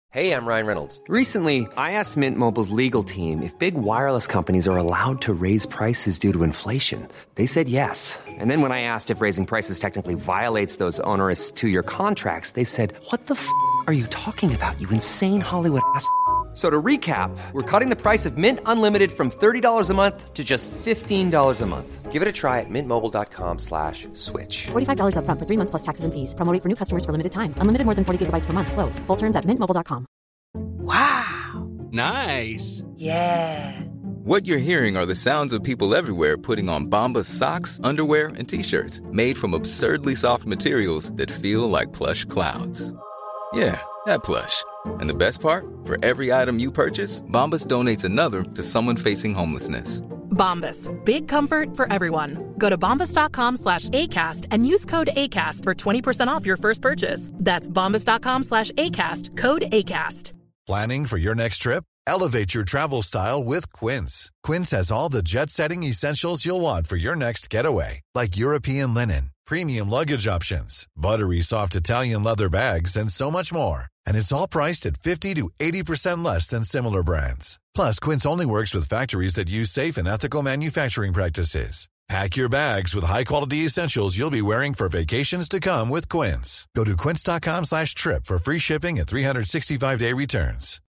Hey, I'm Ryan Reynolds. Recently, I asked Mint Mobile's legal team if big wireless companies are allowed to raise prices due to inflation. They said yes. And then when I asked if raising prices technically violates those onerous two-year contracts, they said, "What the are you talking about, you insane Hollywood ass?" So to recap, we're cutting the price of Mint Unlimited from $30 a month to just $15 a month. Give it a try at mintmobile.com/switch. $45 up front for 3 months plus taxes and fees. Promo rate for new customers for limited time. Unlimited more than 40 gigabytes per month. Slows full terms at mintmobile.com. Wow. Nice. Yeah. What you're hearing are the sounds of people everywhere putting on Bombas socks, underwear, and T-shirts made from absurdly soft materials that feel like plush clouds. Yeah, that plush. And the best part? For every item you purchase, Bombas donates another to someone facing homelessness. Bombas. Big comfort for everyone. Go to bombas.com/ACAST and use code ACAST for 20% off your first purchase. That's bombas.com/ACAST. Code ACAST. Planning for your next trip? Elevate your travel style with Quince. Quince has all the jet-setting essentials you'll want for your next getaway, like European linen, premium luggage options, buttery soft Italian leather bags, and so much more. And it's all priced at 50 to 80% less than similar brands. Plus, Quince only works with factories that use safe and ethical manufacturing practices. Pack your bags with high-quality essentials you'll be wearing for vacations to come with Quince. Go to quince.com/trip for free shipping and 365-day returns.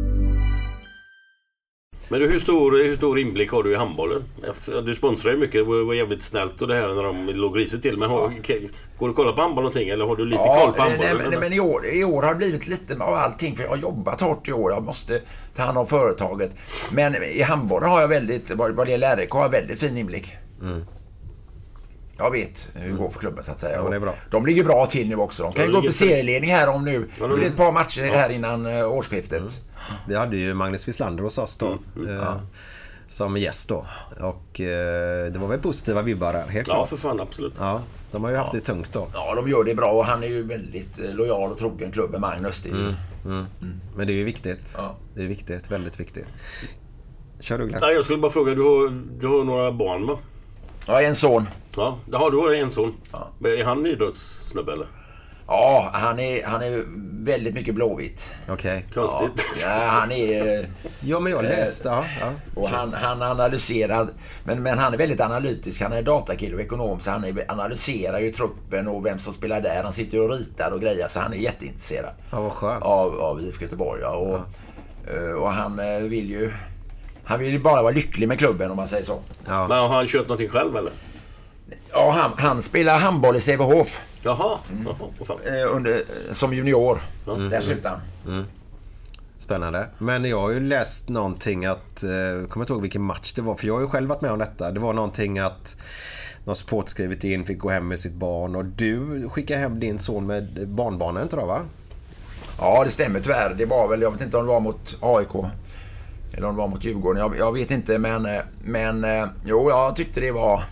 Men du, hur stor inblick har du i handbollen? Du sponsrar ju mycket, det var jävligt snällt och det här när de låg risigt till. Men går du och kollar på handboll någonting eller har du lite koll på handbollen? Nej, men i år har det blivit lite av allting, för jag har jobbat hårt i år. Jag måste ta hand om företaget. Men i handbollen har jag väldigt, vad det gäller RIK, har jag väldigt fin inblick. Mm. Jag vet hur det går för klubben så att säga. Ja, det är bra. De ligger bra till nu också. De kan ju gå upp i serieledning här om nu. Det blir ett par matcher här innan årsskiftet. Vi hade ju Magnus Wislander hos oss då. Som gäst då. Och det var väl positiva vibbar där, helt klart. Ja, för fan, absolut. Ja, de har ju haft det tungt då. Ja, de gör det bra och han är ju väldigt lojal och trogen klubben, Magnus. Men det är ju viktigt. Ja. Det är viktigt, väldigt viktigt. Kör du, Glenn. Nej, jag skulle bara fråga, du har några barn, va? Ja, en son. Ja, det har du en son. Ja. Är han idrottssnubbe eller? Ja, han är väldigt mycket blåvitt. Okej. Konstigt. Ja, han är... Ja, men jag läste. Ja. Och han analyserar... Men han är väldigt analytisk. Han är datakille och ekonom, så han analyserar ju truppen och vem som spelar där. Han sitter och ritar och grejer, så han är jätteintresserad. Ja, vad skönt. Av IFK Göteborg. Ja. Och han vill ju... Han vill ju bara vara lycklig med klubben, om man säger så. Ja. Men har han kört någonting själv eller? Ja, han spelar handboll i Sävehof. Jaha. Som junior. Där slutade han. Spännande. Men jag har ju läst någonting att... kommer inte ihåg vilken match det var, för jag har ju själv varit med om detta. Det var någonting att någon support skrivit in, fick gå hem med sitt barn. Och du skickade hem din son med barnbarnen, tror jag, va? Ja, det stämmer tyvärr. Det var väl, jag vet inte om det var mot AIK eller om det var mot Djurgården. Jag vet inte, men jo, jag tyckte det var...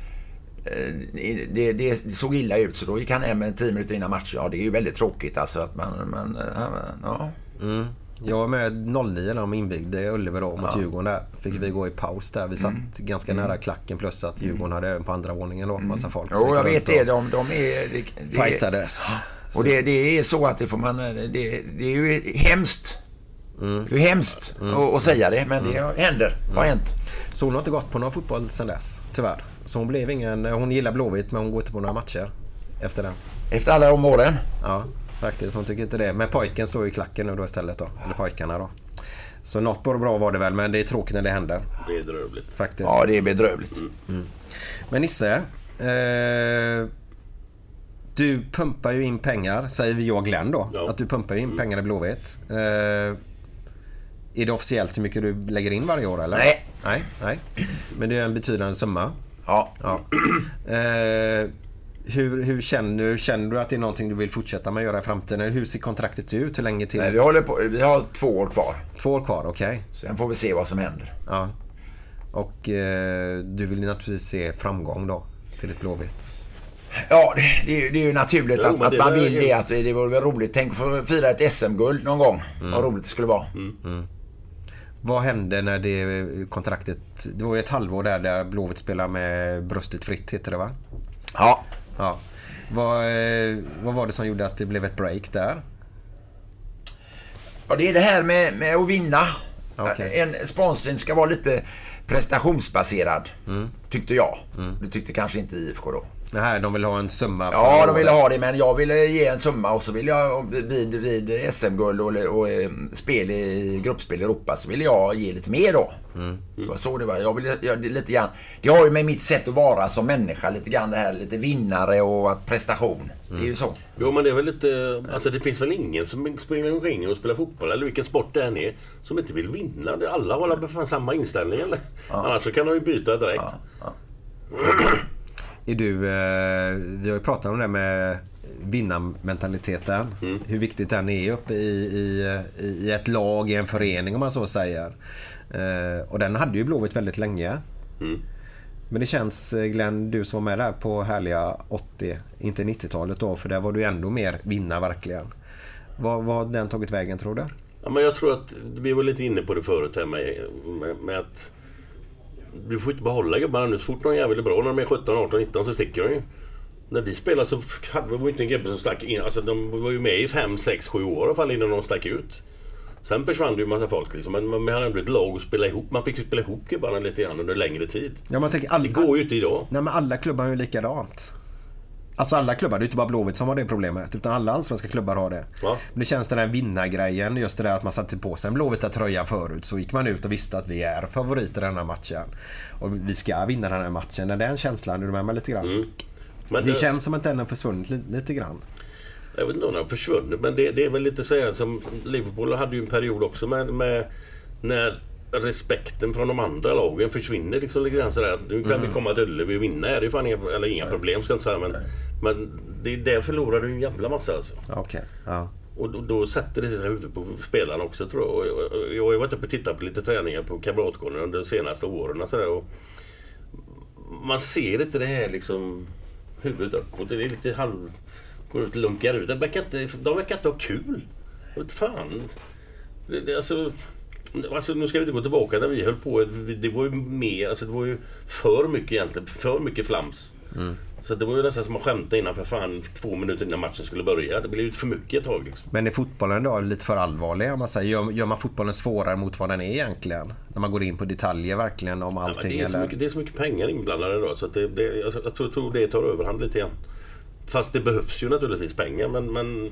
Det såg illa ut, så då gick han hem med 10 minuter innan matchen. Ja, det är ju väldigt tråkigt alltså att man ja. Jag var med 09 när de invigde Ullevi då mot Djurgården där. Fick vi gå i paus där. Vi satt ganska nära klacken, plus att Djurgården hade även på andra våningen då massa folk. Jo, jag vet det. De är... Fightades. Och det är så att det får man... Det är ju hemskt. Det är hemskt att säga det, men det händer. Vad har hänt? Så hon har inte gått på någon fotboll sedan dess, tyvärr. Så hon blev hon gillar Blåvitt, men hon går inte på några matcher efter den. Efter alla de åren? Ja, faktiskt. Hon tycker inte det. Men pojken står i klacken nu då istället då. Eller pojkarna då. Så något bra var det väl, men det är tråkigt när det händer. Det är bedrövligt. Faktiskt. Ja, det är bedrövligt. Men Nisse, du pumpar ju in pengar, säger vi och Glenn då. Ja. Att du pumpar in pengar i Blåvitt. Är det officiellt hur mycket du lägger in varje år, eller? Nej. Men det är en betydande summa. Ja. Hur känner du att det är någonting du vill fortsätta med att göra i framtiden? Hur ser kontraktet ut? Hur länge till? Nej, vi har 2 år kvar. 2 år kvar, okej. Sen får vi se vad som händer. Ja. Och du vill naturligtvis se framgång då till ett Blåvitt. Ja, det är ju naturligt att man vill det. Att det vore väl roligt. Tänk att få fira ett SM-guld någon gång. Vad roligt det skulle vara. Vad hände när det kontraktet... Det var ju ett halvår där Blåvitt spelade med bröstet fritt, heter det, va? Ja. Vad var det som gjorde att det blev ett break där? Ja, det är det här med att vinna. Okay. En sponsring ska vara lite prestationsbaserad, tyckte jag. Det tyckte kanske inte IFK då. Nej, de vill ha en summa. Ja, de ville ha det, men jag ville ge en summa och så ville jag vid SM-guld och spel i gruppspel i Europa så ville jag ge lite mer då. Det var så det var. Jag ville göra det lite grann. Det har ju med mitt sätt att vara som människa lite grann det här, lite vinnare och att prestation. Det är ju så. Jo, men det är väl lite, alltså det finns väl ingen som springer omkring och spelar fotboll eller vilken sport det än är som inte vill vinna. Alla håller på samma inställning eller? Annars så kan de ju byta direkt. Är du, vi har ju pratat om det med vinnarmentaliteten. Hur viktigt den är uppe i ett lag, i en förening om man så säger. Och den hade ju Blåvitt väldigt länge. Men det känns, Glenn, du som var med där på härliga 80, inte 90-talet då, för där var du ändå mer vinna verkligen. Vad har den tagit vägen, tror du? Ja, men jag tror att vi var lite inne på det förut här med att du får inte behålla gubbarna nu. Så fort någon jävel är bra när de är 17, 18, 19 så sticker de ju. När vi spelade så hade vi inte en gubbe som stack in. Alltså de var ju med i 5, 6, 7 år i alla fall innan de stack ut. Sen försvann det ju en massa folk liksom. Men man hade ändå ett lag att spela ihop. Man fick ju spela ihop gubbarna lite grann under längre tid. Ja, man tänker det går ju inte idag. Nej, men alla klubbar har ju likadant. Alltså alla klubbar, det är inte bara Blåvitt som har det problemet, utan alla allsvenska klubbar har det. Men det känns den här vinnargrejen, just det där att man satte på sig en Blåvita tröja förut, så gick man ut och visste att vi är favoriter i den här matchen. Och vi ska vinna den här matchen. Är den känslan, är du med mig lite grann? Men det känns som att den har försvunnit lite grann. Jag vet inte om den har försvunnit, men det är väl lite så här som Liverpool hade ju en period också med när respekten från de andra lagen försvinner liksom lite grann sådär att nu kan vi komma dulle, vi vinner, det är fan inga problem ska jag inte säga, men det förlorar du en jävla massa alltså. Okay. Ja. Och då sätter det sig huvudet på spelarna också, tror jag. Och jag har varit uppe och tittat på lite träningar på Kamratgården under de senaste åren och sådär, och man ser inte det här liksom huvudet upp och det är lite går ut och lunkar ut. De verkar inte ha kul. Vad fan. Alltså nu ska vi inte gå tillbaka där vi höll på. Det var ju mer, alltså det var ju för mycket egentligen, för mycket flams. Så det var ju nästan som att skämta innan för fan 2 minuter innan matchen skulle börja. Det blev ju för mycket ett tag liksom. Men är fotbollen då lite för allvarlig om man säger? Gör man fotbollen svårare mot vad den är egentligen? När man går in på detaljer verkligen om allting. Ja, det är så mycket pengar inblandade då, så att jag tror det tar överhand lite grann. Fast det behövs ju naturligtvis pengar, men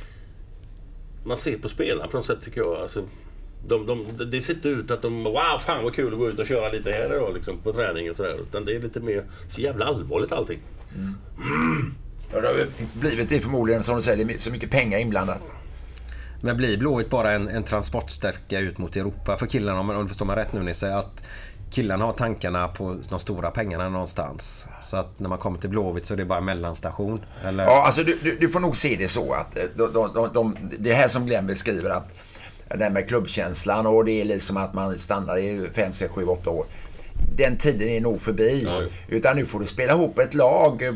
man ser på spelarna på något sätt tycker jag. Alltså, det ser inte ut att de wow, fan vad kul att gå ut och köra lite här då, liksom, på träning och sådär. Utan det är lite mer så jävla allvarligt allting. Ja, det har blivit det förmodligen, som du säger, det är så mycket pengar inblandat. Men blir Blåvitt bara en transportsträcka ut mot Europa för killarna, om du förstår man rätt nu, ni säger att killarna har tankarna på de stora pengarna någonstans. Så att när man kommer till Blåvitt så är det bara en mellanstation. Eller? Ja, alltså du får nog se det så att det här som Glenn beskriver, att det här med klubbkänslan och det är liksom att man stannar i 5, 6, 7, 8 år. Den tiden är nog förbi. Utan nu får du spela ihop ett lag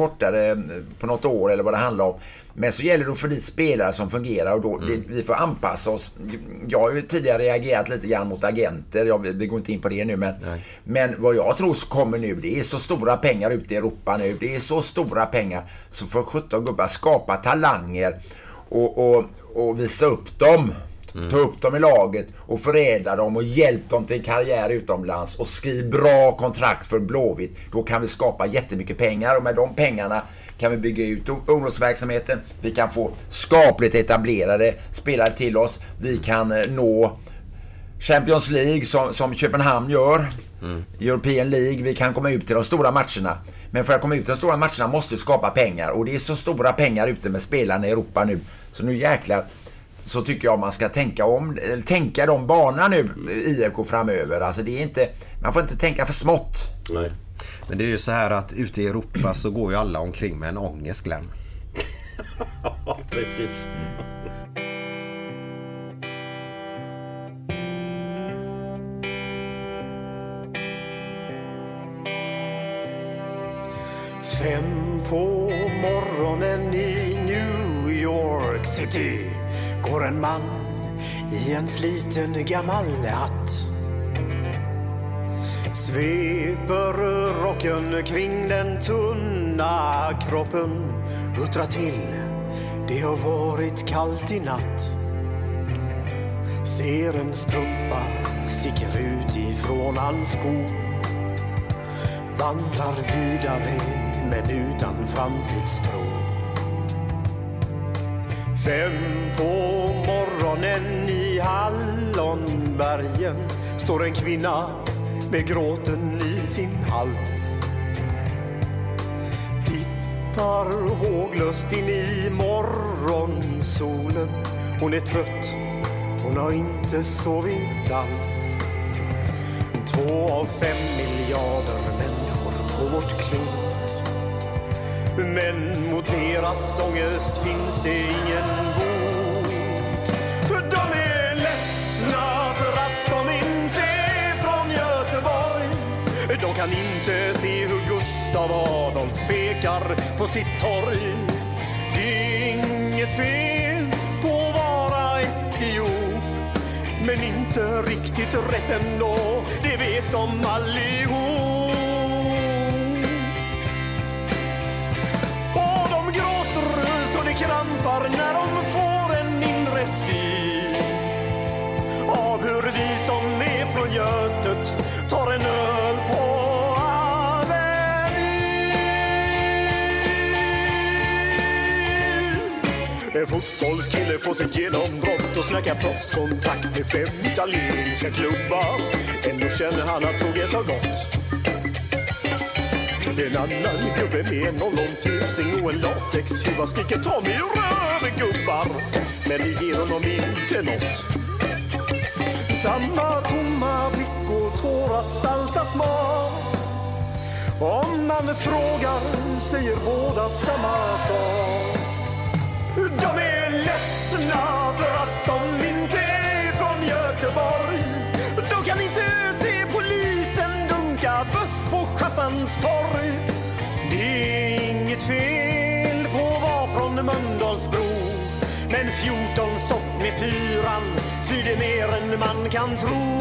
på något år eller vad det handlar om. Men så gäller det att få dit spelare som fungerar och då vi får anpassa oss. Jag har ju tidigare reagerat lite grann mot agenter. Vi går inte in på det nu, men vad jag tror kommer nu, det är så stora pengar ute i Europa nu. Det är så stora pengar så får 17 gubbar skapa talanger och visa upp dem. Ta upp dem i laget och förädla dem och hjälp dem till en karriär utomlands och skriv bra kontrakt för Blåvitt. Då kan vi skapa jättemycket pengar och med de pengarna kan vi bygga ut ungdomsverksamheten. Vi kan få skapligt etablerade spelare till oss. Vi kan nå Champions League som Köpenhamn gör. European League. Vi kan komma ut till de stora matcherna. Men för att komma ut till de stora matcherna måste vi skapa pengar. Och det är så stora pengar ute med spelarna i Europa nu. Så nu jäklar, så tycker jag man ska tänka de banorna nu IFK framöver. Alltså det är inte, man får inte tänka för smått. Nej. Men det är ju så här att ute i Europa så går ju alla omkring med en ångest, Glenn. Ja, precis. Fem på morgonen i New York City går en man i en sliten gammal hatt. Sveper rocken kring den tunna kroppen, huttrar till, det har varit kallt i natt. ser en strumpa sticker ut ifrån hans sko. Vandrar vidare men utan framtidstro. 5 på morgonen i Hallonbergen står en kvinna med gråten i sin hals. Tittar håglöst in i morgonsolen. Hon är trött, hon har inte sovit alls. 2 av 5 miljarder människor på vårt klot. Men mot deras ångest finns det ingen bot. För de är ledsna för att de inte är från Göteborg. De kan inte se hur Gustav Adolf pekar på sitt torg. Det är inget fel på att vara etiop, men inte riktigt rätt ändå, det vet de allihop. Och de gråter så det krampar när de får en inre syn av hur vi som är från Götet tar en öl på En fotbollskille får sitt genombrott och snackar proffskontakt med 5 italienska klubbar. Ändå känner han att tåget har gått. En annan gubbe med en ollontusing och en latextjuva skriker ta mig ur röven gubbar. Men det ger honom inte något. Samma tomma blick och tårar salta smak. Om man frågar säger båda samma sak. De är ledsna för att de inte är från Göteborg. De kan inte se polisen dunka buss på Schappans torg. Det är inget fel på att vara från Mölndalsbro, men 14 stopp med 4 svider mer än man kan tro.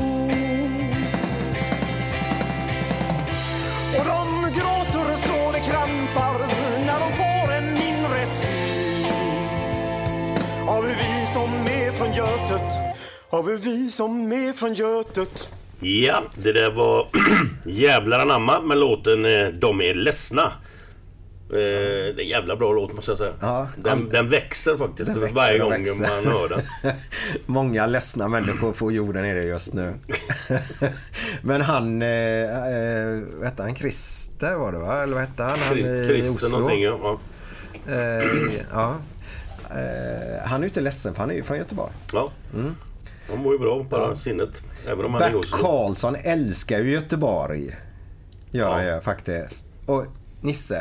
Och de gråter så det krampar när de får en inre syn av vi som är från Götet, av vi som är från Götet. Ja, det där var jävlar anamma med låten De är ledsna. Det är en jävla bra låt måste jag säga. Ja, den växer faktiskt den växer, varje gång man hör den. Många ledsna människor på jorden är det just nu. Men han hette han Christer var det va? Eller vad hette han? Christer Oslo. Någonting, ja. Ja. Han är ju inte ledsen för han är ju från Göteborg. Ja. Han mår ju bra på sinnet. Även om han Bert Karlsson älskar ju Göteborg. Gör han ju faktiskt. Och Nisse,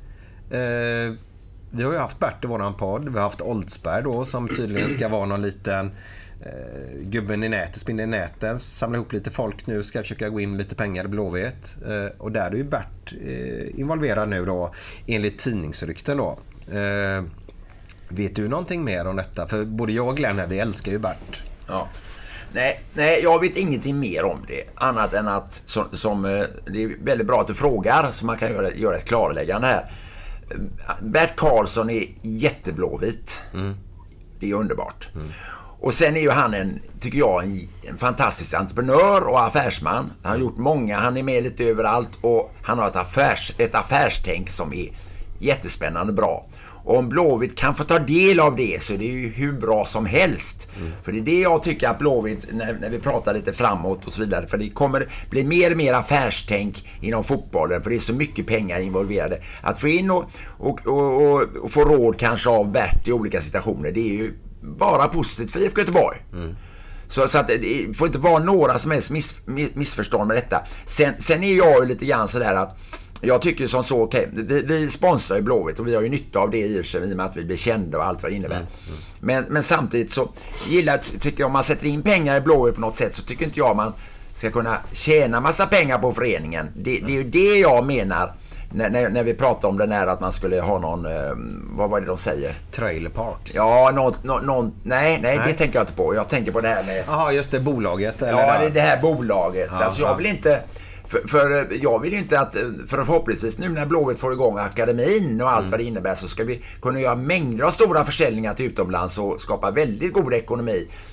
vi har ju haft Bert i våran podd. Vi har haft Oldsberg då som tydligen ska vara någon liten gubben i nätet, spinner i näten, samla ihop lite folk nu, ska försöka gå in lite pengar i Blåvitt. Och där är ju Bert involverad nu då enligt tidningsrykten då. Vet du någonting mer om detta? För både jag och Glenn här, vi älskar ju Bert. Ja. Nej, jag vet ingenting mer om det. Annat än att som det är väldigt bra att du frågar så man kan göra ett klarläggande här. Bert Karlsson är jätteblåvit. Det är underbart. Och sen är ju han tycker jag en fantastisk entreprenör och affärsman. Han har gjort många, han är med lite överallt och han har ett affärstänk som är jättespännande bra. Och om Blåvitt kan få ta del av det så är det ju hur bra som helst. För det är det jag tycker att Blåvitt, när vi pratar lite framåt och så vidare, för det kommer bli mer och mer affärstänk inom fotbollen, för det är så mycket pengar involverade. Att få in och få råd kanske av Bert i olika situationer, det är ju bara positivt för IFK Göteborg. Så att det får inte vara några som helst missförstånd med detta. Sen är jag ju lite grann sådär att jag tycker som så, vi sponsrar ju Blåvitt och vi har ju nytta av det i och med att vi blir kända och allt vad det innebär. Men samtidigt så tycker jag om man sätter in pengar i Blåvitt på något sätt så tycker inte jag man ska kunna tjäna massa pengar på föreningen. Det är ju det jag menar när vi pratar om den här att man skulle ha någon, vad var det de säger? Trailer parks. Ja, nej, det tänker jag inte på. Jag tänker på det här med... Jaha, just det, bolaget. Eller ja, det här bolaget. Ja, alltså jag vill inte... För jag vill ju inte att, förhoppningsvis nu när Blåvitt får igång akademin och allt vad det innebär, så ska vi kunna göra mängder av stora försäljningar till utomlands och skapa väldigt god ekonomi.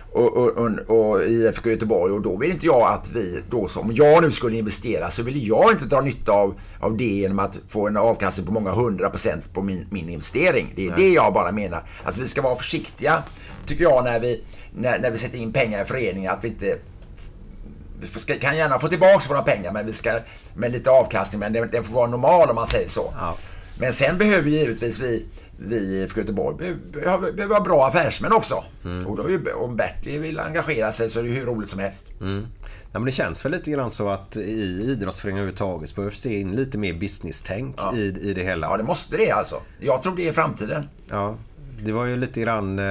och IFK Göteborg, och då vill inte jag att vi då, som jag nu skulle investera, så vill jag inte dra nytta av det genom att få en avkastning på många 100% på min investering. Det är det jag bara menar. Alltså vi ska vara försiktiga, tycker jag, när vi sätter in pengar i föreningen, att vi inte kan gärna få tillbaka våra pengar, men vi ska med lite avkastning, men den får vara normal, om man säger så. Ja. Men sen behöver givetvis vi i Göteborg behöver vara bra affärsmän också. Och då om Bertil vill engagera sig, så är det hur roligt som helst. Ja, men det känns väl lite grann så att i idrottsföreningar överhuvudtaget behöver se in lite mer business-tänk i det hela. Ja, det måste det alltså. Jag tror det är framtiden. Ja, det var ju lite grann...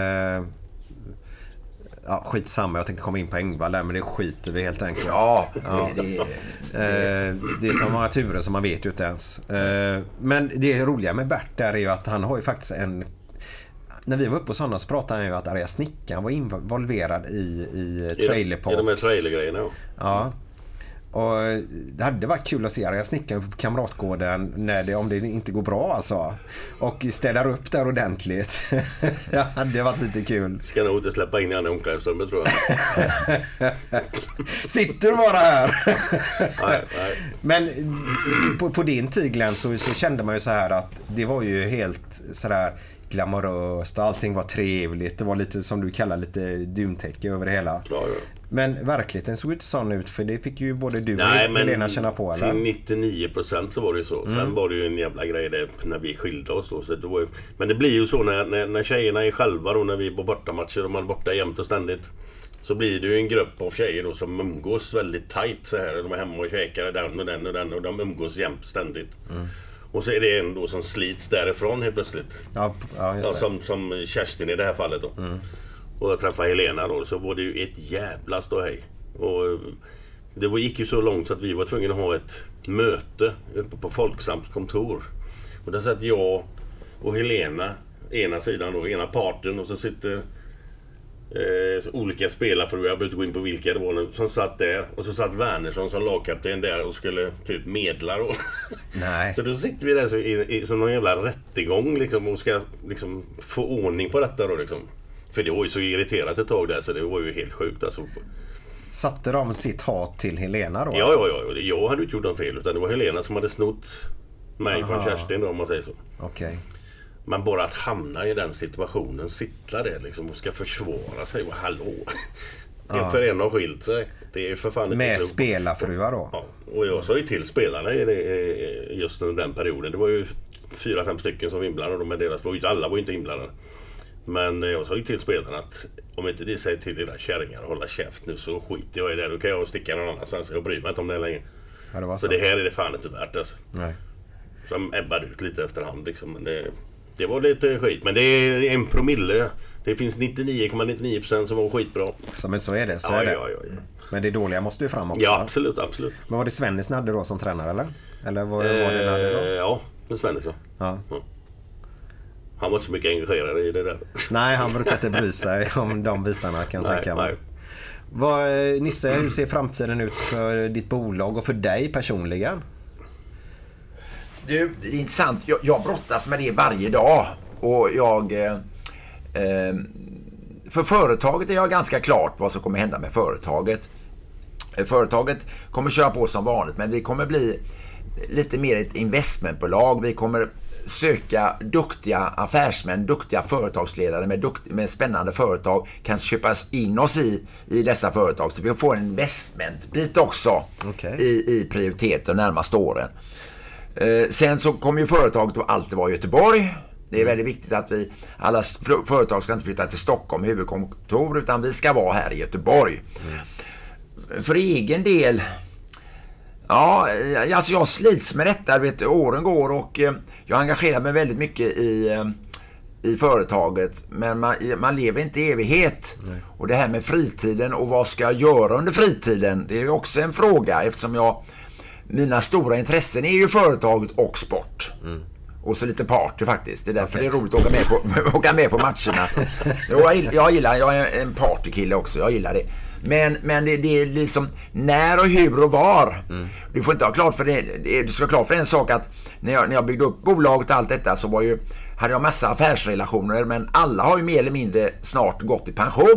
Ja, skitsamma, jag tänkte komma in på Engvall där, men det skiter vi helt enkelt. Det är så många turer som man vet ju inte ens. Men det roliga med Bert där är ju att han har ju faktiskt när vi var uppe på sådana så pratade han ju att Arja Snickan var involverad i trailerparks. I de här trailergrejerna. Ja. Och det hade varit kul att se Arja Snickan på Kamratgården om det inte går bra alltså. Och städar upp där ordentligt. Det hade varit lite kul. Ska nog inte släppa in i andra omklädningsrummet, tror jag. Sitter bara här. Nej. Men på din tid, Glenn, så kände man ju så här att det var ju helt sådär glamoröst och allting var trevligt. Det var lite, som du kallar, lite duntäcke över det hela. Ja. Men verkligheten såg inte sån ut, för det fick ju både du och Helena känna på, eller? Till 99% så var det ju så. Sen var det ju en jävla grej där när vi skilde oss då, så det var ju, men det blir ju så när tjejerna är själva då, när vi är på bortamatcher och man är borta jämt och ständigt, så blir det ju en grupp av tjejer då som umgås väldigt tajt så här. De är hemma och käkar den och de umgås jämt ständigt. Och så är det en då som slits därifrån helt plötsligt. Ja, just det. Som Kerstin i det här fallet då. Och jag träffade Helena då, så var det ju ett jävla ståhej. Och det gick ju så långt så att vi var tvungna att ha ett möte uppe på Folksams kontor. Och där satt jag och Helena ena sidan då, ena parten, och så sitter olika spelare, för jag behöver inte gå in på vilka det var, som satt där, och så satt Wernersson som lagkapten där och skulle typ medla då. Nej. Så då sitter vi där så som någon jävla rättegång liksom, och ska liksom få ordning på detta då liksom. För det var ju så irriterat ett tag där, så det var ju helt sjukt alltså. Satte de sitt hat till Helena då? Ja. Jag hade inte gjort någon fel, utan det var Helena som hade snott mig från Kerstin då, om man säger så. Okej. Men bara att hamna i den situationen, sitta där liksom och ska försvara sig, och hallå. För en har skilt sig. Det är för fan med spelarfruar då? Ja, och jag sa ju till spelarna just under den perioden. Det var ju 4-5 stycken som var inblandade, med deras, alla var ju inte inblandade. Men jag sa ju till spelarna att om inte de säger till era kärringar att hålla käft nu, så skiter jag i det. Då kan jag sticka någon annanstans, så jag bryr mig inte om det längre. Ja, det var så det här är det fan inte värt alltså. Nej. Som ebbade ut lite efterhand liksom. Men det var lite skit. Men det är 1 promille. Det finns 99,99% som var skitbra. Men så är det. Så är det. Ja. Men det dåliga måste ju fram också. Ja, absolut. Men var det Svennis Nadde då som tränare, eller? Eller var det Nadde då? Ja, det Svennis va? Ja. Han var inte så mycket engagerad i det där. Nej, han brukar inte bry sig om de bitarna, kan jag tänka mig. Nisse, hur ser framtiden ut för ditt bolag och för dig personligen? Du, det är intressant. Jag brottas med det varje dag. Och för företaget är jag ganska klart vad som kommer hända med företaget. Företaget kommer köra på som vanligt, men vi kommer bli lite mer ett investmentbolag. Vi kommer söka duktiga affärsmän, duktiga företagsledare med spännande företag, kan köpas in oss i dessa företag, så vi får en investmentbit också i prioritet de närmaste åren. Sen så kommer ju företaget att alltid vara i Göteborg. Det är väldigt viktigt att alla företag ska inte flytta till Stockholm huvudkontor, utan vi ska vara här i Göteborg. För egen del, ja, alltså jag slits med detta, åren går, och jag engagerar mig väldigt mycket i företaget, men man lever inte i evighet. Nej. Och det här med fritiden och vad ska jag göra under fritiden, det är också en fråga, eftersom mina stora intressen är ju företaget och sport. Och så lite party faktiskt. Det är därför det är roligt att åka med på matcherna. Jag är en partykille också, jag gillar det. Men det är liksom när och hur och var. Du får inte ha klart för det. Du ska ha klart för en sak, att när jag byggde upp bolaget och allt detta, så hade jag massa affärsrelationer, men alla har ju mer eller mindre snart gått i pension.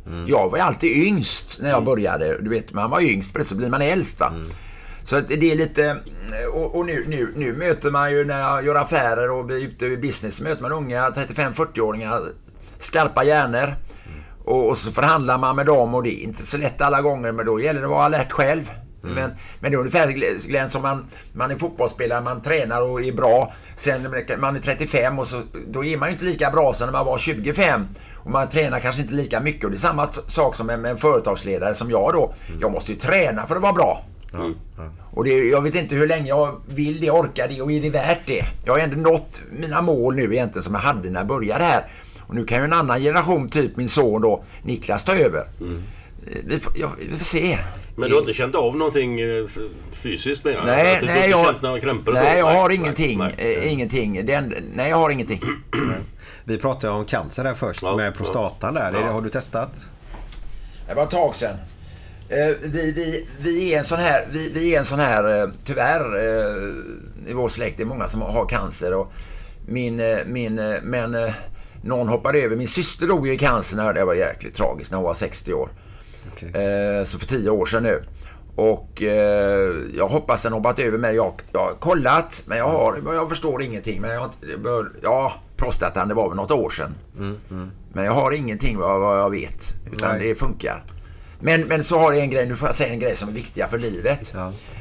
Jag var ju alltid yngst när jag började. Du vet, man var yngst, så blir man äldst va. Så att det är lite... Och nu möter man ju när jag gör affärer och är ute i business, så möter man unga 35-40-åringar, skarpa hjärnor. Och så förhandlar man med dem och det är inte så lätt alla gånger, men då gäller det att vara alert själv. Men det är ungefär Glenn, som man är fotbollsspelare, man tränar och är bra. Sen man är 35 och så, då är man ju inte lika bra som när man var 25. Och man tränar kanske inte lika mycket. Och det är samma sak som med en företagsledare som jag då. Jag måste ju träna för att vara bra. Och jag vet inte hur länge jag vill det, orkar det och är det värt det. Jag har ändå nått mina mål nu egentligen som jag hade när jag började här. Och nu kan ju en annan generation, typ min son då, Niklas, ta över. Vi får se. Men du har inte känt av någonting fysiskt med? Nej, jag har ingenting. Nej, jag har ingenting. Vi pratade om cancer där först, med prostatan där. Har du testat? Det var ett tag sedan. Vi är en sån här tyvärr i vår släkt, det är många som har cancer och men någon hoppade över. Min syster dog ju i cancer när det var jäkligt tragiskt när hon var 60 år. Så för 10 år sedan nu. Och jag hoppas den hoppat över mig. Jag har kollat, men jag förstår ingenting. Men prostatan, det var väl något år sedan. Men jag har ingenting vad jag vet. Utan det funkar. Men så har jag en grej, nu får jag säga en grej som är viktiga för livet.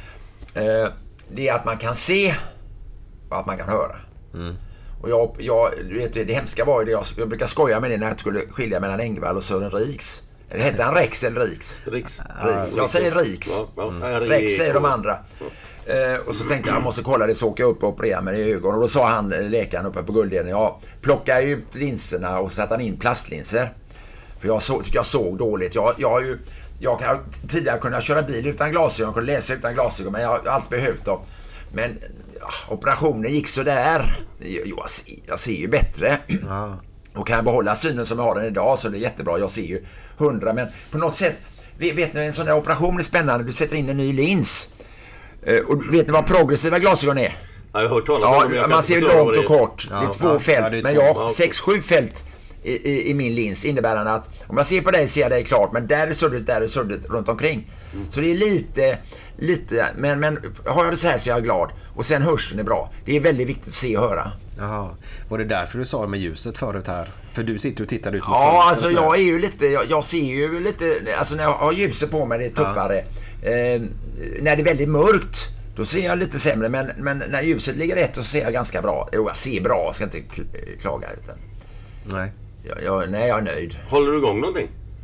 Det är att man kan se och att man kan höra. Och jag du vet, det hemska var ju det, jag brukar skoja med det när jag skulle skilja mellan Engvall och Sören Riks. Det hette han Rex eller Riks? Riks. Jag säger Riks. Rex säger de andra. Och så tänkte jag måste kolla det, så åker jag upp och operera med det i ögonen. Och då sa han, läkaren uppe på Guldheden, plocka ut linserna och satte han in plastlinser. För jag såg dåligt. Jag kan tidigare kunna köra bil utan glasögon, kunna läsa utan glasögon, men jag har alltid behövt dem. Men operationen gick så där. Jag ser ju bättre. Och kan jag behålla synen som jag har den idag, så det är jättebra. Jag ser ju 100, men på något sätt, vet ni, en sån där operation är spännande. Du sätter in en ny lins. Och vet ni vad progressiva glasögon är? Jag har hört talas om det. Man ser ju långt och kort. Det är 2 fält, men jag har 6-7 fält i min lins, innebärande att om jag ser på dig ser jag dig klart, men där är suddigt runt omkring. Så det är lite men har jag det så här så är jag glad. Och sen hörseln är bra. Det är väldigt viktigt att se och höra. Jaha. Var det därför du sa med ljuset förut här? För du sitter och tittar ut mot alltså jag är ju lite, jag ser ju lite, alltså när jag har ljuset på mig det är tuffare. När det är väldigt mörkt då ser jag lite sämre, men när ljuset ligger rätt så ser jag ganska bra. Jag ser bra, jag ska inte klaga utan. Nej. Jag är nöjd. Håller du igång någonting?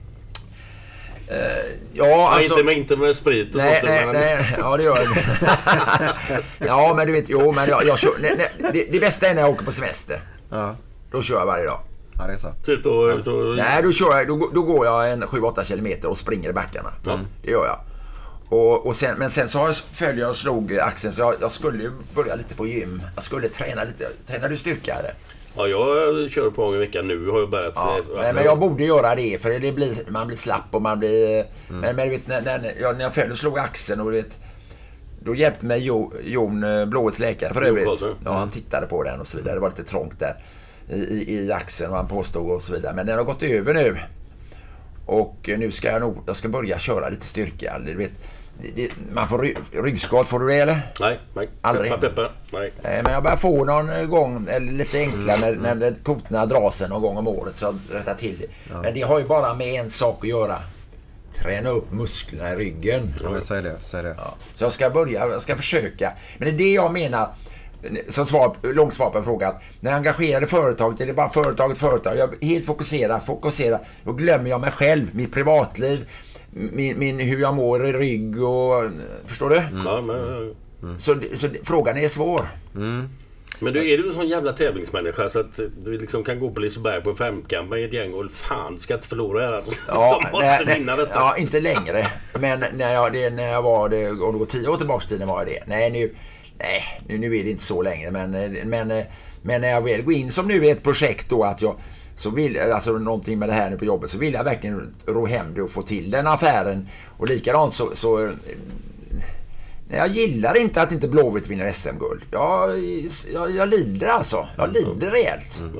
Alltså, inte med sprit och sånt. Nej, ja det gör jag. Ja, men du vet, men jag kör, det bästa är när jag åker på semester. Då kör jag varje dag. Ja, det är så. Typ då... Nej, då går jag en 7-8 kilometer och springer i backarna. Det gör jag. Och sen så följer jag och slog axeln, så jag skulle ju börja lite på gym. Jag skulle träna lite. Tränar du styrka eller? Ja, jag kör på en vecka nu, har jag börjat. Men jag borde göra det, för man blir slapp och man blir... Men du vet, när jag följde och slog axeln och vet, då hjälpte mig Jon Blåets läkare för övrigt. Han tittade på den och så vidare. Det var lite trångt där i axeln och han påstod och så vidare. Men den har gått över nu. Och nu ska jag ska börja köra lite styrka. Du vet, man får ryggskott, får du det eller? Nej. Aldrig. Peppar. Nej. Men jag börjar få någon gång, eller lite enklare när kotorna drar sig någon gång om året, så rätta till det. Men det har ju bara med en sak att göra. Träna upp musklerna i ryggen. Ja, men så är det. Ja. Så jag ska försöka. Men det är det jag menar, som långt svar på en fråga. När jag engagerade företaget, är det bara företag. Jag är helt fokuserad. Då glömmer jag mig själv, mitt privatliv, min hur jag mår i rygg och... Förstår du? Så frågan är svår. Men du, är du en sån jävla tävlingsmänniska så att du liksom kan gå på Liseberg på en femkamp med ett gäng och fan ska inte förlora här alltså. Ja, måste vinna detta. Ja, inte längre. Men när jag var det, och det går 10 år tillbaka tiden var jag det. Nu är det inte så längre, men när jag väl går in som nu är ett projekt då, att jag så vill, alltså någonting med det här nu på jobbet, så vill jag verkligen ro hem det och få till den affären. Och likadant så jag gillar inte att inte Blåvitt vinner SM-guld. Jag lider alltså. Jag lider rejält.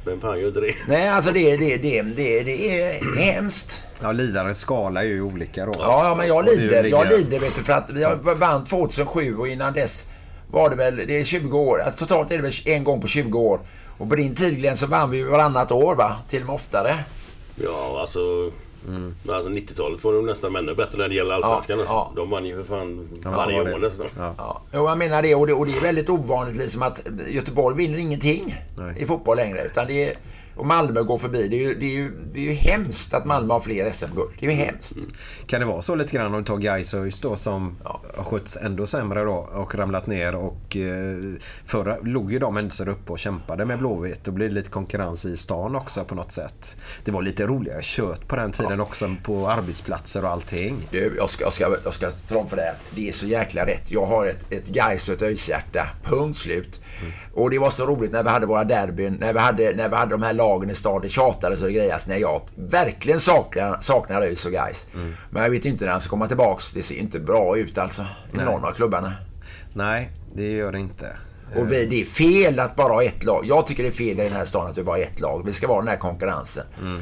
Men fan gör det? Nej, alltså det är hemskt. Ja, lidarens skala är ju olika då. Ja, men jag lider vet du, för att vi vann 2007 och innan dess var det väl, det är 20 år, alltså totalt är det väl en gång på 20 år. Och på din tid, Glenn, så vann vi varannat år, va? Till och med oftare. Ja, alltså 90-talet var de nästan ännu bättre när det gäller allsvenskan. Ja. De vann ju för fan varje år nästan. Ja. Jo, jag menar det, och det är väldigt ovanligt liksom att Göteborg vinner ingenting i fotboll längre, utan det är, och Malmö går förbi. Det är ju hemskt att Malmö har fler SM-guld. Det är ju hemskt. Kan det vara så lite grann om du tar Gais och ÖIS då, som har skötts ändå sämre då och ramlat ner, och förra låg ju de ändå så uppe och kämpade med Blåvitt. Då blir det lite konkurrens i stan också på något sätt. Det var lite roligare kött på den tiden också, på arbetsplatser och allting. Du, jag ska tala om för det. Det är så jäkla rätt. Jag har ett Gais och ett ÖIS-hjärta. Punkt slut. Och det var så roligt när vi hade våra derbyn, när vi hade de här lagen i staden, tjatade så det grejas, när jag verkligen saknar ÖIS och Gais. Men jag vet inte när han ska komma tillbaks. Det ser inte bra ut alltså i någon av klubbarna. Nej, det gör det inte. Och det är fel att bara ha ett lag. Jag tycker det är fel i den här staden att vi bara har ett lag. Vi ska vara den här konkurrensen.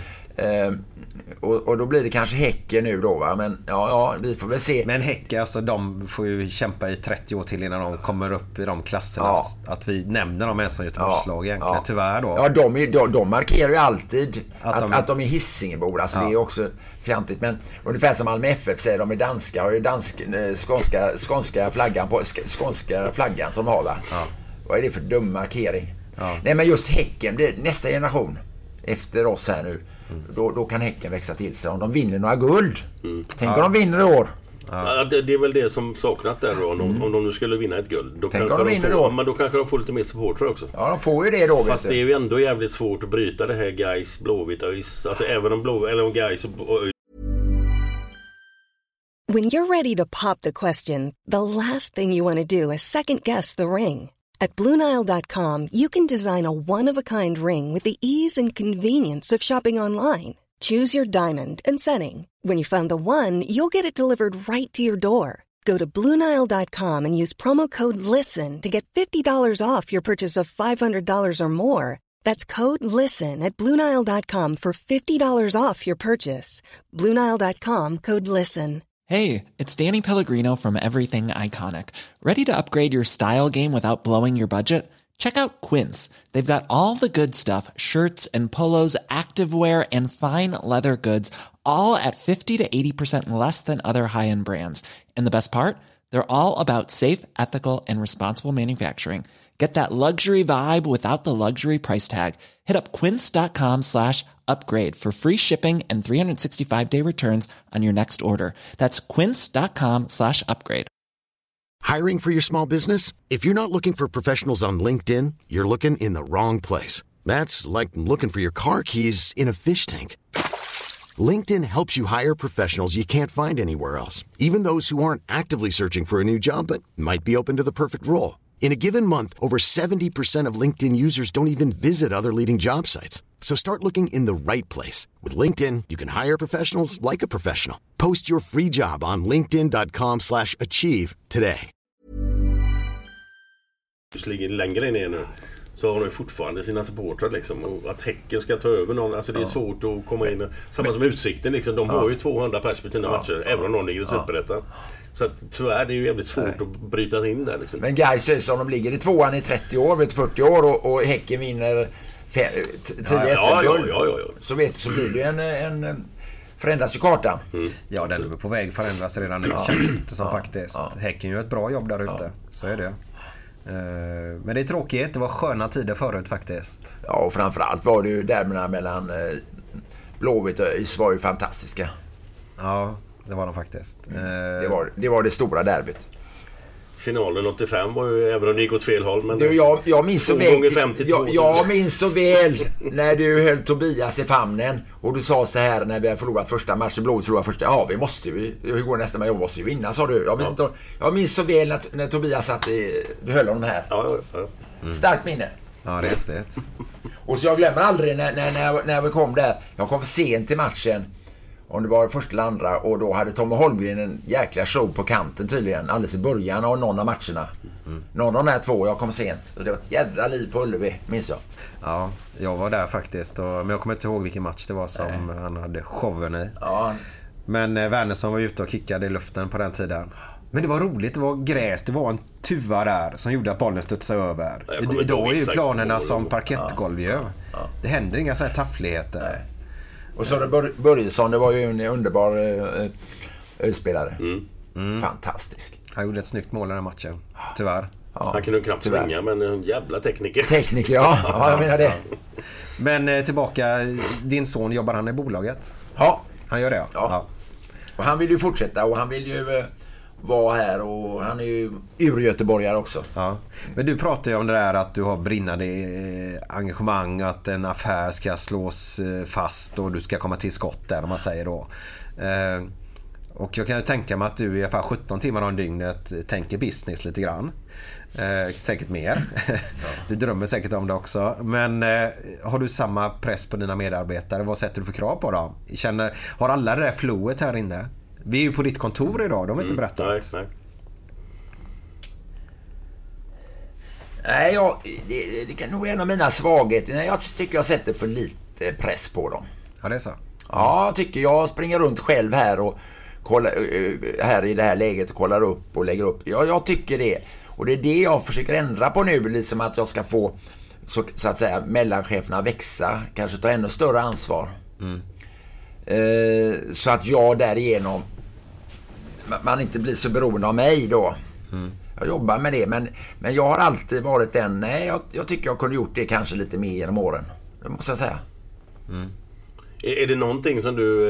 Och då blir det kanske Häcken nu då, va? Men ja, vi får väl se. Men Häcken, alltså, de får ju kämpa i 30 år till innan de kommer upp i de klasserna. Att vi nämner dem ens som Göteborgslag egentligen, tyvärr då. Ja, de markerar ju alltid att de är Hisingebor. Alltså det är också fjantigt. Men ungefär som Malmö FF säger, de är danska, har ju skånska flaggan som de har, va? Vad är det för dum markering? Nej, men just Häcken, det är nästa generation efter oss här nu. Då kan Häcken växa till sig om de vinner några guld. Tänk om de vinner i år. Ja, det är väl det som saknas där då, om de nu skulle vinna ett guld. Då tänk om de vinner då. Men då kanske de får lite mer supportrar också. Ja, de får ju det då. Fast det är ju ändå jävligt svårt att bryta det här Gais, Blåvitt, ÖIS. Alltså även om Gais och ÖIS. When you're ready to pop the question, the last thing you want to do is second guess the ring. At BlueNile.com, you can design a one-of-a-kind ring with the ease and convenience of shopping online. Choose your diamond and setting. When you find the one, you'll get it delivered right to your door. Go to BlueNile.com and use promo code LISTEN to get $50 off your purchase of $500 or more. That's code LISTEN at BlueNile.com for $50 off your purchase. BlueNile.com, code LISTEN. Hey, it's Danny Pellegrino from Everything Iconic. Ready to upgrade your style game without blowing your budget? Check out Quince. They've got all the good stuff, shirts and polos, activewear, and fine leather goods, all at 50 to 80% less than other high-end brands. And the best part? They're all about safe, ethical, and responsible manufacturing. Get that luxury vibe without the luxury price tag. Hit up quince.com/upgrade for free shipping and 365-day returns on your next order. That's quince.com/upgrade. Hiring for your small business? If you're not looking for professionals on LinkedIn, you're looking in the wrong place. That's like looking for your car keys in a fish tank. LinkedIn helps you hire professionals you can't find anywhere else, even those who aren't actively searching for a new job but might be open to the perfect role. In a given month, over 70% of LinkedIn users don't even visit other leading job sites. So start looking in the right place. With LinkedIn, you can hire professionals like a professional. Post your free job on linkedin.com/achieve today. Ligger längre ner nu, så har de fortfarande sina supportrar liksom, och att Häcken ska ta över någon, alltså det är svårt att komma in, samma som Utsikten liksom, de har ju 200 pers på sina matcher, även om någon ligger i Superettan. Så att, tyvärr, det är ju jävligt svårt att bryta sig in där liksom. Men Gais, som de ligger i tvåan i 30 år, 40 år och Häcken vinner 10 SM-guld, så blir det en förändras ju kartan. Ja, den är på väg förändras redan nu, känns det som faktiskt. Häcken gör ett bra jobb där ute, så är det. Men det är tråkigt, det var sköna tider förut faktiskt. Ja, och framförallt var det ju där mellan Blåvitt och ÖIS var ju fantastiska. Ja, det var de faktiskt. Det var det stora derbyt. Finalen 85 var ju, även om det gick åt fel håll, men jag minns så väl. Jag minns så väl när du höll Tobias i famnen och du sa så här när vi har förlorat första matchen, Blåvitt förlorat första. Ja, vi måste ju. Hur går nästa match? Jag måste ju vinna, sa du. Jag minns så väl när Tobias satt du höll honom här. Ja. Starkt minne. Ja, det är häftigt. Och så jag glömmer aldrig när vi kom där. Jag kom sent till matchen. om det var första eller andra, och då hade Tommy Holmgren en jäkla show på kanten tydligen, alldeles i början av någon av matcherna. Någon av de här 2, jag kom sent. Och det var ett jädra liv på Ullevi, minns jag. Ja, jag var där faktiskt. Men jag kommer inte ihåg vilken match det var som han hade showen i. Ja. Men Wernersson var ute och kickade i luften på den tiden. Men det var roligt, det var gräs, det var en tuva där som gjorde att bollen studsade över. Idag är ju planerna som parkettgolv ju. Det händer inga så här taffligheter. Nej. Och så Börjesson, det var ju en underbar spelare. Fantastisk. Han gjorde ett snyggt mål i den här matchen, tyvärr. Ja, han kunde ju knappt svänga, men en jävla tekniker. Tekniker, ja. Ja, jag menar det. Men tillbaka, din son, jobbar han i bolaget? Ja. Han gör det, ja. Och han vill ju fortsätta, och han vill ju vara här, och han är ju ur-göteborgare också. Ja. Men du pratar ju om det där att du har brinnande engagemang, att en affär ska slås fast och du ska komma till skott där, om man säger då. Och jag kan ju tänka mig att du i alla fall 17 timmar om dygnet tänker business lite grann. Säkert mer. Du drömmer säkert om det också. Men har du samma press på dina medarbetare? Vad sätter du för krav på dem? Har alla det där flowet här inne? Vi är ju på ditt kontor idag, de har inte berättat. Nej, det kan nog vara en av mina svagheter. Jag tycker jag sätter för lite press på dem. Ja, det är så. Ja, jag tycker jag springer runt själv här och kollar, här i det här läget, och kollar upp och lägger upp. Jag tycker det. Och det är det jag försöker ändra på nu, liksom att jag ska få så att säga mellancheferna växa, kanske ta ännu större ansvar. Så att jag därigenom man inte blir så beroende av mig då. Jag jobbar med det, men jag har alltid varit jag tycker jag kunde gjort det kanske lite mer genom åren. Det måste jag säga. Är det någonting som du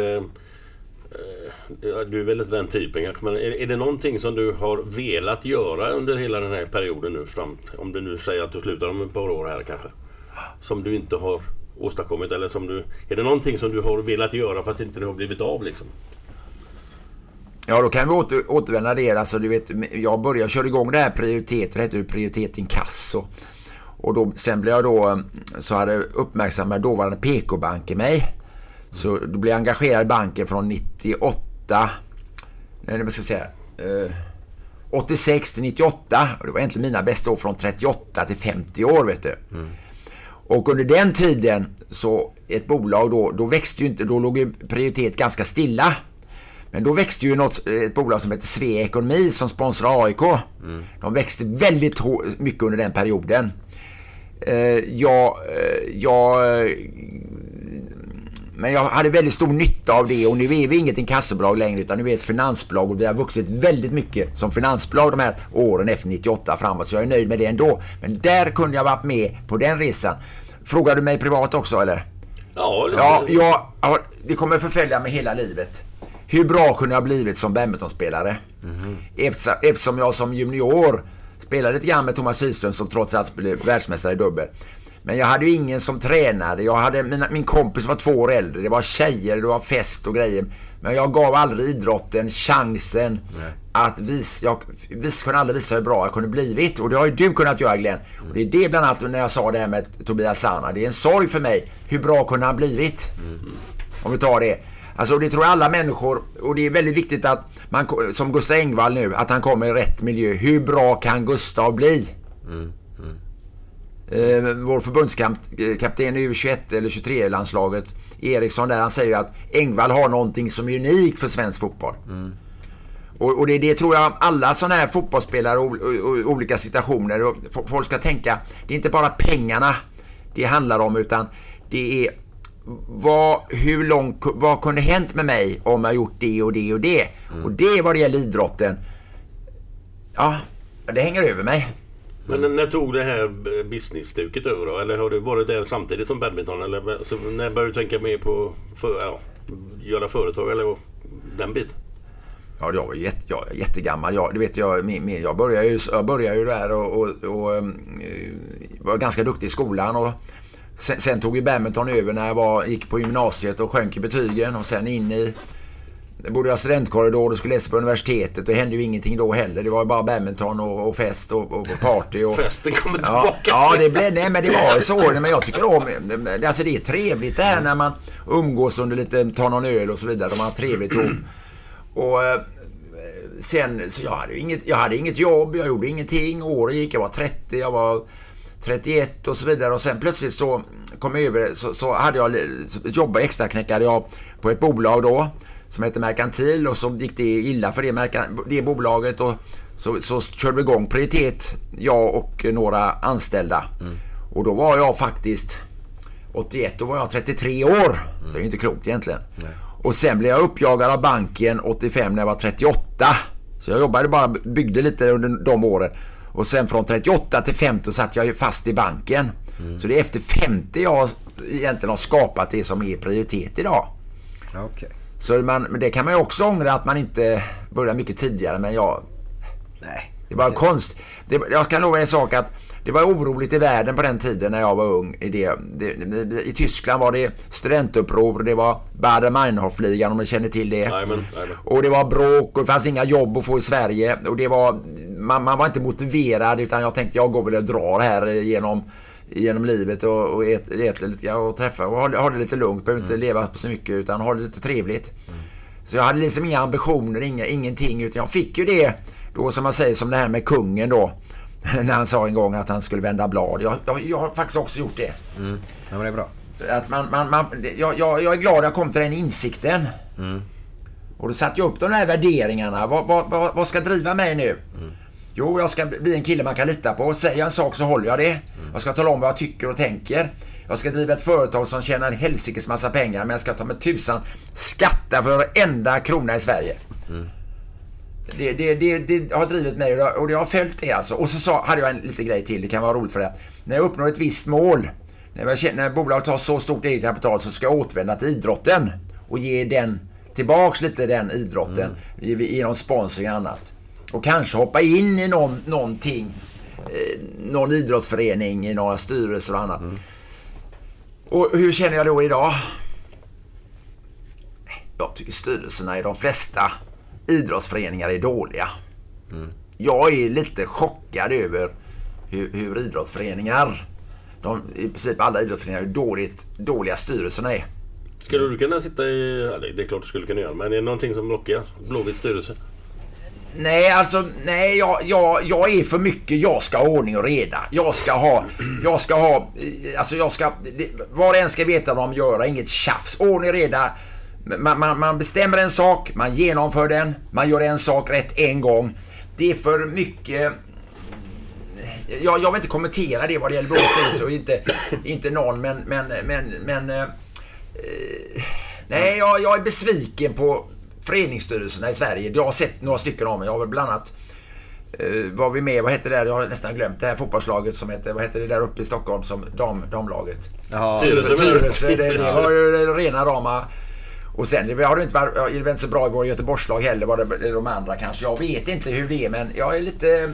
är väldigt den typen, men är det någonting som du har velat göra under hela den här perioden nu fram, om du nu säger att du slutar om ett par år här kanske, som du inte har åstadkommit, eller är det någonting som du har velat göra fast inte det har blivit av liksom? Ja, då kan vi återvända det. Alltså, du vet, jag körde igång det här det heter ju Prioritet Inkasso. Och då, sen blev jag då, så hade uppmärksammat dåvarande PK-banken mig. Så då blev jag engagerad i banken från 86 till 98. Och det var egentligen mina bästa år, från 38 till 50 år, vet du. Och under den tiden, så ett bolag då växte ju inte, då låg ju Prioritet ganska stilla. Men då växte ju ett bolag som heter Svea Ekonomi som sponsrar AIK. De växte väldigt mycket under den perioden. Men jag hade väldigt stor nytta av det, och nu är vi inget inkassobolag längre, utan nu är ett finansbolag, och vi har vuxit väldigt mycket som finansbolag de här åren efter 98 framåt, så jag är nöjd med det ändå. Men där kunde jag varit med på den resan. Frågar du mig privat också, eller? Ja, det kommer förfölja mig hela livet. Hur bra kunde jag ha blivit som badmintonspelare? Eftersom jag som junior spelade lite grann med Thomas Kihlström, som trots allt blev världsmästare i dubbel. Men jag hade ju ingen som tränade. Min kompis var 2 år äldre. Det var tjejer, det var fest och grejer. Men jag gav aldrig idrotten chansen att jag kunde aldrig visa hur bra jag kunde blivit. Och det har ju du kunnat göra, Glenn. Och det är det bland annat när jag sa det här med Tobias Sana. Det är en sorg för mig. Hur bra kunde han blivit? Om vi tar det. Alltså, det tror jag alla människor, och det är väldigt viktigt att man, som Gustav Engvall nu, att han kommer i rätt miljö. Hur bra kan Gustav bli? Vår förbundskapten i U21 eller 23-landslaget, Eriksson där, han säger ju att Engvall har någonting som är unikt för svensk fotboll. Och det tror jag alla sådana här fotbollsspelare och olika situationer, och folk ska tänka, det är inte bara pengarna det handlar om, utan det är vad kunde hänt med mig om jag gjort det och det och det. Och det är vad det gäller idrotten. Ja, det hänger över mig. Men när tog det här business-stuket över då? Eller har du varit där samtidigt som badminton? Eller när började du tänka mer på göra företag eller den bit? Ja, jag var jättegammal. Jag började ju där och var ganska duktig i skolan, och sen tog ju badminton över när jag gick på gymnasiet och sjönk i betygen, och sen in i bodde jag studentkorridor och skulle läsa på universitetet. Det hände ju ingenting då heller. Det var ju bara badminton och fest och party. Och, festen kommer tillbaka. Ja, det blev, nej, men det var så. Men jag tycker om, alltså det är trevligt det här när man umgås under lite, tar någon öl och så vidare. De har trevligt och sen, så jag hade inget jobb, jag gjorde ingenting. Åren gick, jag var 30, jag var 31 och så vidare. Och sen plötsligt så kom jag över, så hade jag jobbat extra, knäckade jag på ett bolag då som heter Merkantil, och så gick det illa för det bolaget, och så körde vi igång Prioritet, jag och några anställda. Och då var jag faktiskt 81, då var jag 33 år. Så det är inte klokt egentligen. Nej. Och sen blev jag uppjagad av banken 85 när jag var 38. Så jag jobbade bara, byggde lite under de åren. Och sen från 38 till 50 satt jag ju fast i banken. Så det är efter 50 jag egentligen har skapat det som är Prioritet idag. Okay. Så men det kan man ju också ångra att man inte började mycket tidigare, men det var konst. Jag kan lova en sak, att det var oroligt i världen på den tiden när jag var ung. I Tyskland var det studentuppror, det var Baader-Meinhof-ligan, om ni känner till det. Amen. Och det var bråk och det fanns inga jobb att få i Sverige. Och det var, man var inte motiverad, utan jag tänkte jag går väl och drar här genom livet och äter lite och träffa och ha det lite lugnt, behöver inte leva så mycket utan ha det lite trevligt. Så jag hade liksom inga ambitioner, ingenting, utan jag fick ju det då, som man säger, som det här med kungen då, när han sa en gång att han skulle vända blad. Jag har faktiskt också gjort det. Ja, men det är bra. Att jag är glad att jag kom till den insikten. Och då satte jag upp de här värderingarna. Vad ska driva mig nu? Jo, jag ska bli en kille man kan lita på. Säger jag en sak så håller jag det. Jag ska tala om vad jag tycker och tänker. Jag ska driva ett företag som tjänar en helsikes massa pengar, men jag ska ta med tusan skatta för varenda krona i Sverige. Det har drivit mig och det har följt det alltså. Och så hade jag en liten grej till, det kan vara roligt för det. När jag uppnår ett visst mål, när bolaget har så stort eget kapital, så ska jag återvända till idrotten och ge den tillbaks lite, den idrotten, genom sponsring och annat. Och kanske hoppa in i någonting, någon idrottsförening, i några styrelser och annat. Och hur känner jag då idag? Jag tycker styrelserna i de flesta idrottsföreningar är dåliga. Jag är lite chockad över hur idrottsföreningar, i princip alla idrottsföreningar, hur dåliga styrelserna är. Skulle du kunna sitta i... Ja, det är klart du skulle kunna göra, men är det någonting som lockar? Blåvitt styrelse? Nej, jag är för mycket. Jag ska ha ordning och reda. Var och en ska veta vad de gör, inget tjafs. Ordning och reda. Man bestämmer en sak, man genomför den, man gör en sak rätt en gång. Det är för mycket. Jag vill inte kommentera det vad det gäller Blåvitt och inte någon, men nej, jag är besviken på föreningsstyrelserna i Sverige. Jag har sett några stycken av mig. Jag har väl bland annat var vi med, vad heter det där? Jag har nästan glömt det här fotbollslaget som heter, vad heter det där uppe i Stockholm som damlaget? Ja, Tyresö. Det var ju rena rama. Och sen det har det inte så bra i vår Göteborgslag heller, var det de andra kanske. Jag vet inte hur det är, men jag är lite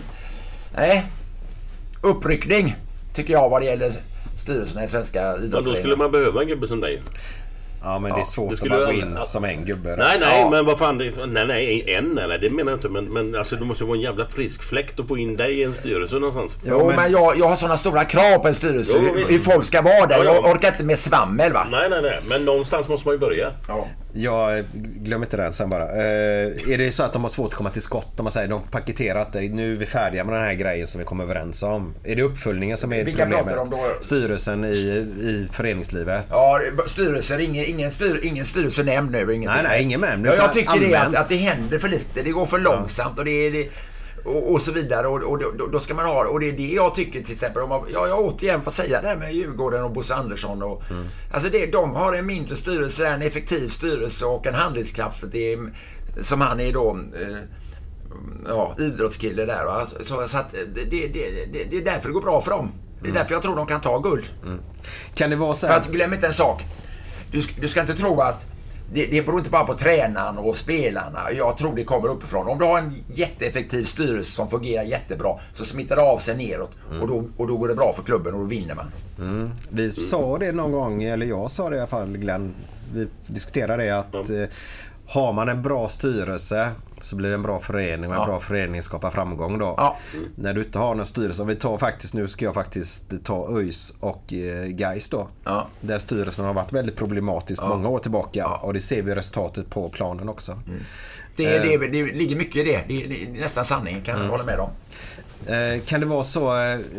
uppryckning tycker jag vad det gäller styrelserna i svenska idrottsföreningar. Då skulle man behöva en gubbe som dig. Ja, men det är svårt att bara gå in som en gubbe. Nej, men vad fan, det menar jag inte, men alltså det måste vara en jävla frisk fläkt att få in dig i en styrelse någonstans. Jo, men jag har sådana stora krav på en styrelse, hur folk ska vara där. Jag orkar inte med svammel, va? Nej, men någonstans måste man ju börja. Ja. Jag glömmer inte den sen bara. Är det så att de har svårt att komma till skott? Om man säger, de paketerat det, nu är vi färdiga med den här grejen som vi kommer överens om. Är det uppföljningen som är problemet? Styrelsen i föreningslivet? Ja, styrelser, ingen styrelsenämnd nu. Nej, ingen nämnd. Jag tycker det att det händer för lite, det går för långsamt och det och så vidare, och då ska man ha, och det är det jag tycker till exempel jag återigen får säga det här med Djurgården och Bosse Andersson och alltså de har en mindre styrelse, en effektiv styrelse och en handlingskraft, som han är då idrottskille där, va? Så att det är därför det går bra för dem. Det är därför jag tror de kan ta guld. Kan det vara så här? För att glöm inte en sak, du ska inte tro att det beror inte bara på tränaren och spelarna. Jag tror det kommer uppifrån. Om du har en jätteeffektiv styrelse som fungerar jättebra, så smittar det av sig neråt. Och då går det bra för klubben och då vinner man. Vi sa det någon gång, eller jag sa det i alla fall, Glenn. Vi diskuterade det att har man en bra styrelse så blir det en bra förening och en bra förening skapar framgång då. Ja. När du inte har någon styrelse, om vi tar faktiskt, nu ska jag faktiskt ta ÖIS och Gais då. Ja. Där styrelsen har varit väldigt problematisk många år tillbaka och det ser vi resultatet på planen också. Det ligger mycket i det. Det är nästan sanning, kan jag hålla med om. Kan det vara så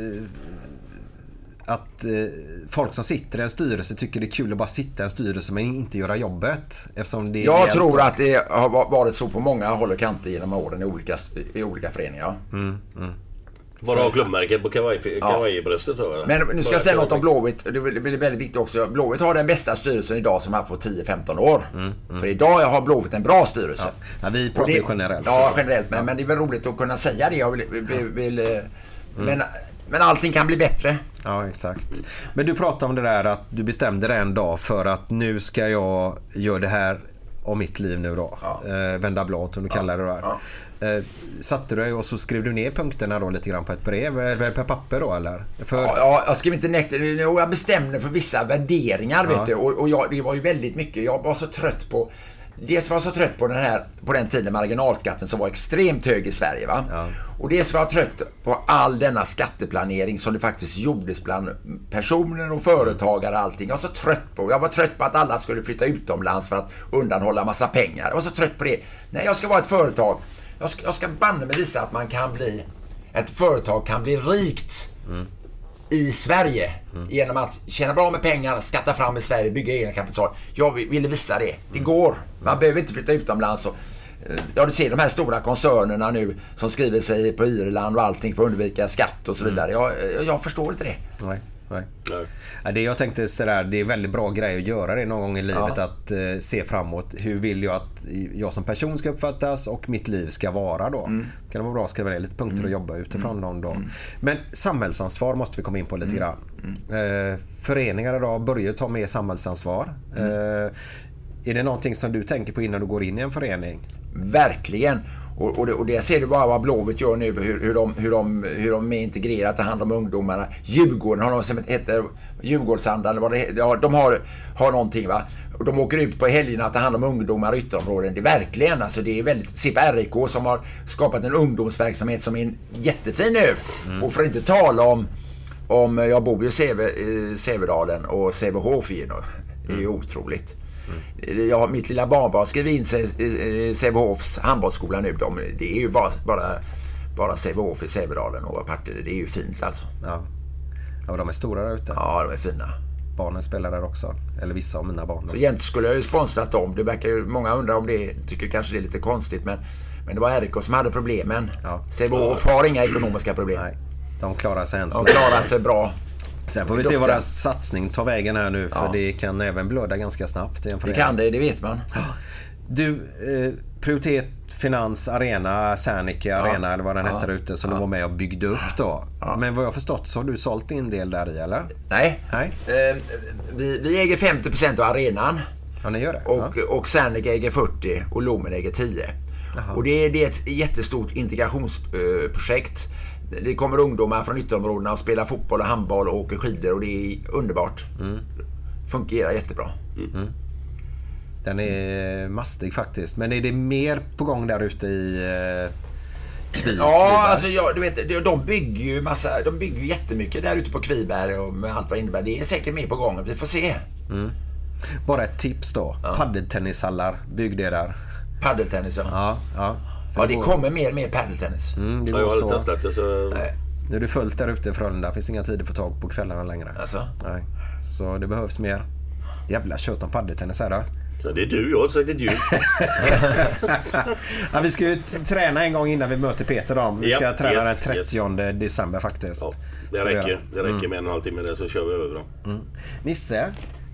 att folk som sitter i en styrelse tycker det är kul att bara sitta i en styrelse men inte göra jobbet? Eftersom det jag tror att det har varit så på många håll och kanter genom åren i olika föreningar. Bara ha klubbmärken på kavajbröstet tror jag. Men nu ska jag säga något om Blåvitt. Det blir väldigt viktigt också. Blåvitt har den bästa styrelsen idag som har på 10-15 år. För idag har Blåvitt en bra styrelse. Ja, vi pratar ju generellt. Ja, generellt. Men det är väl roligt att kunna säga det. Men allting kan bli bättre. Ja, exakt. Men du pratade om det där att du bestämde dig en dag för att nu ska jag göra det här om mitt liv nu då. Vända blad, som du kallar det där. Satte du dig och så skrev du ner punkterna då lite grann på ett brev eller på papper då, eller? Jag skrev inte ner. Jag bestämde för vissa värderingar, vet du. Och det var ju väldigt mycket. Jag var så trött på... Dels var jag så trött på den tiden marginalskatten som var extremt hög i Sverige, va? Ja. Och dels var jag trött på all denna skatteplanering som det faktiskt gjordes bland personer och företagare och allting. Jag var trött på att alla skulle flytta utomlands för att undanhålla massa pengar. Jag var så trött på det. Nej, jag ska vara ett företag. Jag ska banne mig visa att ett företag kan bli rikt i Sverige genom att tjäna bra med pengar, skatta fram i Sverige, bygga egna kapital. Jag ville visa det. Det går. Man behöver inte flytta utomlands. Du ser de här stora koncernerna nu som skriver sig på Irland och allting för att undvika skatt och så vidare. Jag förstår inte det. Nej. Det jag tänkte sådär, det är väldigt bra grej att göra det någon gång i livet, att se framåt. Hur vill jag att jag som person ska uppfattas och mitt liv ska vara då? Kan det vara bra att skriva ner lite punkter och jobba utifrån dem då. Men samhällsansvar måste vi komma in på lite grann. Föreningar idag börjar ta mer samhällsansvar. Är det någonting som du tänker på innan du går in i en förening? Verkligen. Och det ser du bara vad Blåvitt gör nu, hur de är integrerat, det handlar om ungdomarna. Djurgården har något som heter Djurgårdsandan, de har någonting, va. Och de åker ut på helgerna att det handlar om ungdomar i ytterområden. Det är verkligen, alltså det är väldigt, se på RIK som har skapat en ungdomsverksamhet som är en jättefin nu. Och för att inte tala om jag bor i Sävedalen och Sävehof det är ju otroligt. Mitt lilla barnbarn skrev in sig i Sävehofs handbollsskola nu. Det är ju bara Sävehof i Sävedalen och Partille. Det är ju fint alltså. Ja, de är stora där ute. Ja, de är fina. Barnen spelar där också. Eller vissa av mina barn. Så egentligen skulle jag ju sponsrat dem. Det verkar ju, många undrar om det, tycker kanske det är lite konstigt. Men det var RIK som hade problemen. Sävehof har inga ekonomiska problem. Nej, de klarar sig De klarar sig bra. Sen får vi se vad deras satsning tar vägen här nu. För det kan även blöda ganska snabbt. Det kan det vet man. Du, Prioritet Finans Arena, Serneke Arena eller vad den heter ute, som du var med och byggde upp då. Men vad jag har förstått så har du sålt en del där i, eller? Nej. Vi äger 50% av arenan. Ja, ni gör det. Och Serneke äger 40% och Lomen äger 10%. Och det är ett jättestort integrationsprojekt. Det kommer ungdomar från ytterområdena och spelar fotboll och handboll och åker skidor och det är underbart. Fungerar jättebra. Den är mastig faktiskt. Men är det mer på gång där ute i Kviberg? Ja, alltså du vet, de bygger ju jättemycket där ute på Kviberg och med allt vad det innebär. Det är säkert mer på gång. Vi får se. Bara ett tips då. Paddeltennishallar, bygg det där. Paddeltennis, ja. Ja, det kommer mer paddeltennis. Det går så. Nu är det fullt där ute i Frölunda. Det finns inga tider för tag på kvällarna längre. Alltså? Nej. Så det behövs mer. Jävla kött om paddeltennis här då. Ja, det är du, jag har sagt det är du. Vi ska ju träna en gång innan vi möter Peter då. Vi ska träna den 30 december faktiskt. Ja, det räcker med en halvtimme där så kör vi över då. Nisse,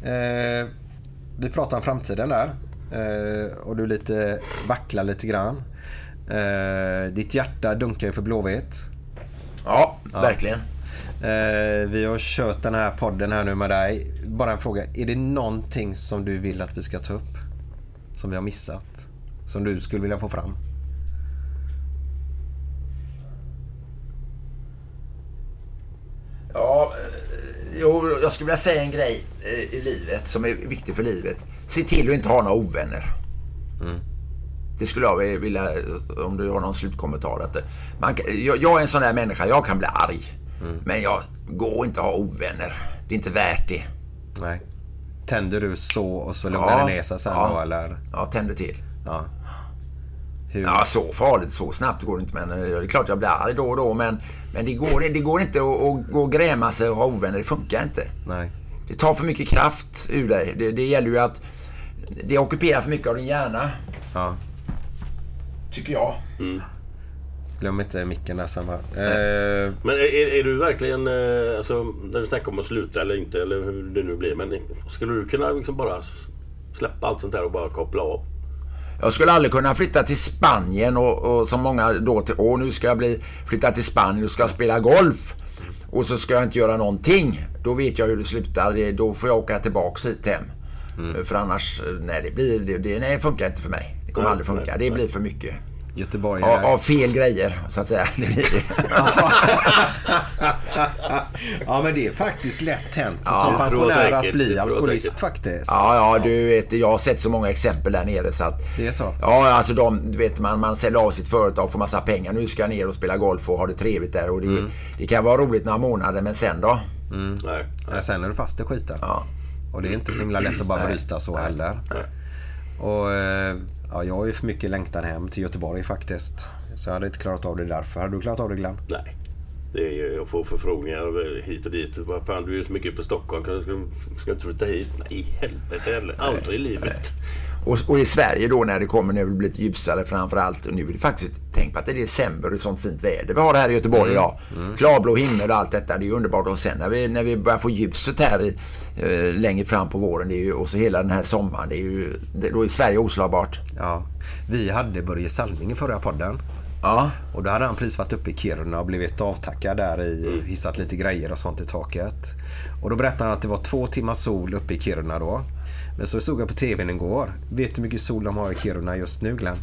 vi pratar om framtiden där. Och du vacklar lite grann. Ditt hjärta dunkar ju för Blåvitt. Ja, verkligen. Vi har kört den här podden här nu med dig. Bara en fråga, är det någonting som du vill att vi ska ta upp som vi har missat, som du skulle vilja få fram? Ja, jag skulle vilja säga en grej i livet som är viktig för livet. Se till att inte ha några ovänner. Det skulle jag vilja, om du har någon slutkommentar. Att jag är en sån där människa, jag kan bli arg. Men jag går inte att ha ovänner. Det är inte värt det. Nej. Tänder du så och så lugnar det ner sig sen då, eller? Ja, tänder till. Ja. Ja, så farligt, så snabbt går det inte. Men det är klart jag blir arg då och då. Men det går inte att gå och gräma sig och ha ovänner. Det funkar inte. Nej. Det tar för mycket kraft ur dig. Det gäller ju att det ockuperar för mycket av din hjärna. Ja. Tycker jag. Glöm inte micken där sen bara. Men är du verkligen, alltså, när du snackar om att sluta eller inte, eller hur det nu blir, men skulle du kunna liksom bara släppa allt sånt här och bara koppla av? Jag skulle aldrig kunna flytta till Spanien och som många då till, nu ska jag flytta till Spanien och ska spela golf och så ska jag inte göra någonting. Då vet jag hur det slutar. Då får jag åka tillbaka hit hem. För annars, nej, det funkar inte för mig. Det kommer aldrig funka. Det blir för mycket. Göteborg av fel grejer, så att säga. Ja, men det är faktiskt lätt hänt som pensionär att bli alkoholist faktiskt. Ja, du vet, jag har sett så många exempel där nere så att det är så. Ja, alltså du vet, man säljer av sitt företag, får massa pengar. Nu ska jag ner och spela golf och ha det trevligt där och det kan vara roligt några månader, men sen då? Nej. Sen är du fast i skiten. Ja. Och det är inte så himla lätt att bara bryta så heller. Och jag har ju för mycket längtan hem till Göteborg faktiskt. Så jag hade inte klarat av det därför. Hade du klarat av det, Glenn? Nej. Jag får förfrågningar hit och dit. Vad fan, du är ju så mycket på Stockholm. Ska inte flytta hit? Nej, helvete heller. Aldrig i livet. Och i Sverige då, när det kommer, när det blir lite ljusare framförallt. Och nu är det faktiskt, tänk på att det är december och sånt fint väder. Vi har det här i Göteborg idag. Klarblå himmel och allt detta. Det är ju underbart. Och sen när vi börjar få ljuset här längre fram på våren, det är ju, och så hela den här sommaren, det är ju, då är Sverige oslagbart. Ja, vi hade Börje Salming i förra podden. Ja. Och då hade han precis varit uppe i Kiruna och blivit avtackad där i, hissat lite grejer och sånt i taket. Och då berättade han att det var 2 timmar sol uppe i Kiruna då. Men så såg jag på tvn igår. Vet du hur mycket sol de har i Kiruna just nu, Glenn?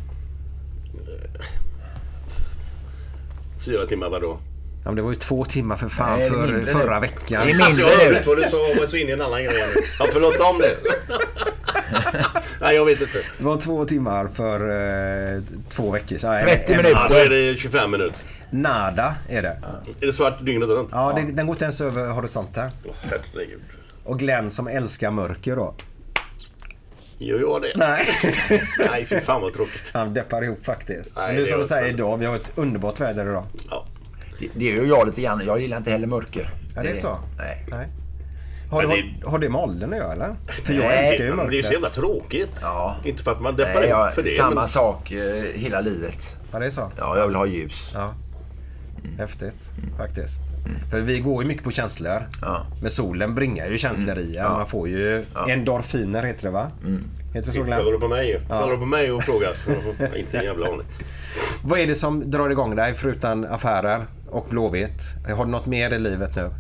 4 timmar vadå? Ja, men det var ju 2 timmar för fan. Förra veckan. Det är mindre. Jag hörde vad du sa och var så in i en annan grej. Ja, förlåt om det. Nej, jag vet inte. Det var 2 timmar för 2 veckor sedan. 30 minuter. Ja, då är det 25 minuter. Nada är det. Är det svart dygnet runt? Ja, den går inte ens över horisonten. Herregud. Och Glenn som älskar mörker då. Gör jag det? Nej. Nej, fy fan vad tråkigt. Han deppar ihop faktiskt. Nej, nu som du säger idag, vi har ett underbart väder idag. Ja. Det gör jag lite grann. Jag gillar inte heller mörker. Ja, det är så? Nej. Har det med åldern att göra, eller? För jag älskar ju mörkret. Det är så jävla tråkigt. Ja. Inte för att man deppar ihop för det. Samma sak hela livet. Ja, det är så. Ja, jag vill ha ljus. Ja. Häftigt, faktiskt. För vi går ju mycket på känslor. Ja. Men solen bringar ju känslor i. Ja. Man får ju endorfiner, heter det, va? Heter det så, Glenn? Jag håller på mig. Jag håller på mig och frågar. Inte en jävla aning. Vad är det som drar igång dig förutom affärer och Blåvitt? Har du något mer i livet nu?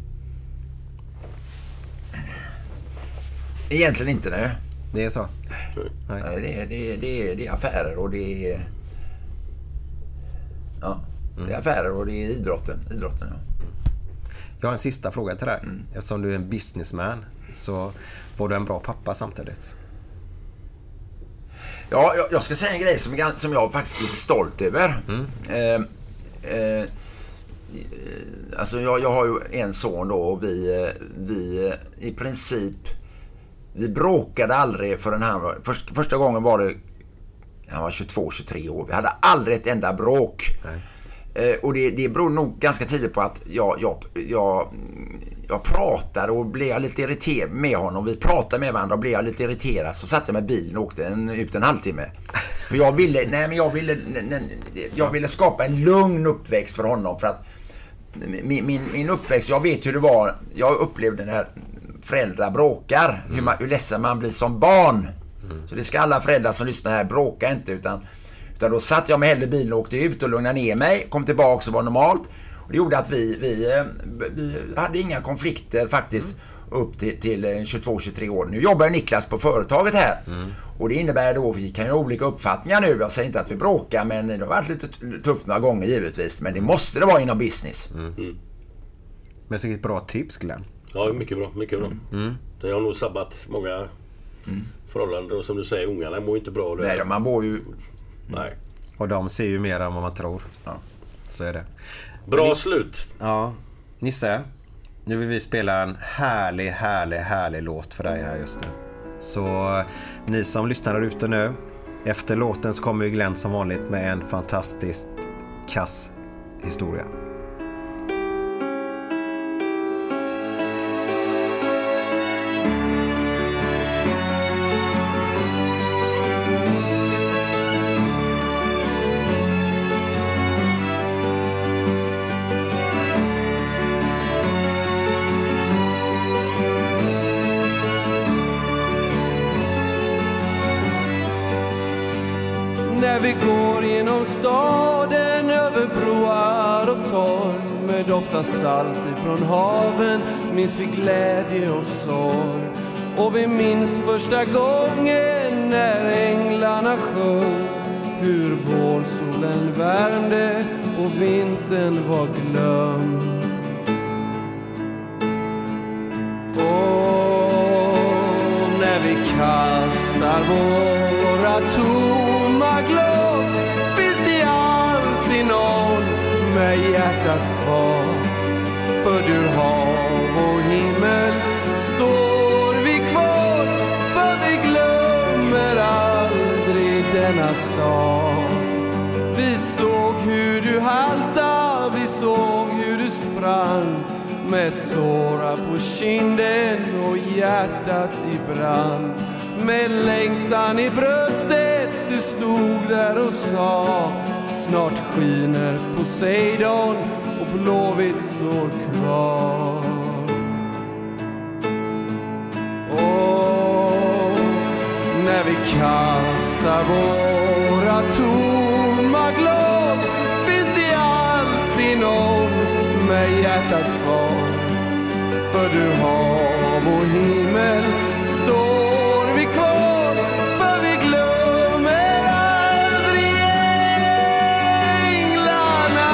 Egentligen inte, nej. Det är så? Nej, det är affärer och det är... Ja, det är affärer och det är idrotten, ja. Jag har en sista fråga till dig. Eftersom du är en businessman så var du en bra pappa samtidigt. Ja, jag ska säga en grej som jag faktiskt är lite stolt över. Alltså jag har ju en son då och vi i princip vi bråkade aldrig förrän han var första gången var det han var 22-23 år. Vi hade aldrig ett enda bråk. Och det beror nog ganska tidigt på att jag pratade och blev lite irriterad med honom. Vi pratade med varandra och blev lite irriterad. Så satte jag med bilen och åkte ut en halvtimme. För jag ville skapa en lugn uppväxt för honom. För att min uppväxt, jag vet hur det var. Jag upplevde när föräldrar bråkar. Hur ledsen man blir som barn. Så det ska alla föräldrar som lyssnar här, bråka inte. Utan då satt jag med hellre bilen och åkte ut och lugnade ner mig. Kom tillbaka och var normalt. Och det gjorde att vi hade inga konflikter faktiskt upp till 22-23 år. Nu jobbar Niklas på företaget här. Och det innebär då att vi kan ju ha olika uppfattningar nu. Jag säger inte att vi bråkar, men det har varit lite tufft några gånger givetvis. Men det måste det vara inom business. Men så ett bra tips, Glenn. Ja, mycket bra. Det har nog sabbat många förhållanden. Och som du säger, ungarna mår inte bra. Nej, man mår ju Nej. Och de ser ju mer än vad man tror. Ja. Så är det. Bra slut. Ja. Nisse, nu vill vi spela en härlig låt för dig här just nu. Så ni som lyssnar där ute nu, efter låten så kommer ju Glenn som vanligt med en fantastisk kass historia. När vi går genom staden över broar och torg med doft av salt ifrån haven minns vi glädje och sorg. Och vi minns första gången när änglarna sjöng, hur vårsolen värmde och vintern var glömd. Och när vi kastar våra tomma glas finns det alltid någon med hjärtat kvar. För du hav och himmel står vi kvar, för vi glömmer aldrig denna stad. Vi såg hur du haltade, vi såg hur du sprang med tårar på kinden och hjärtat i brand. Med längtan i bröstet du stod där och sa, snart skiner Poseidon och Blåvitt står kvar. Och när vi kastar våra tomma glas finns det alltid någon med hjärtat kvar. För du hav och himmel står vi kvar, för vi glömmer aldrig änglarna.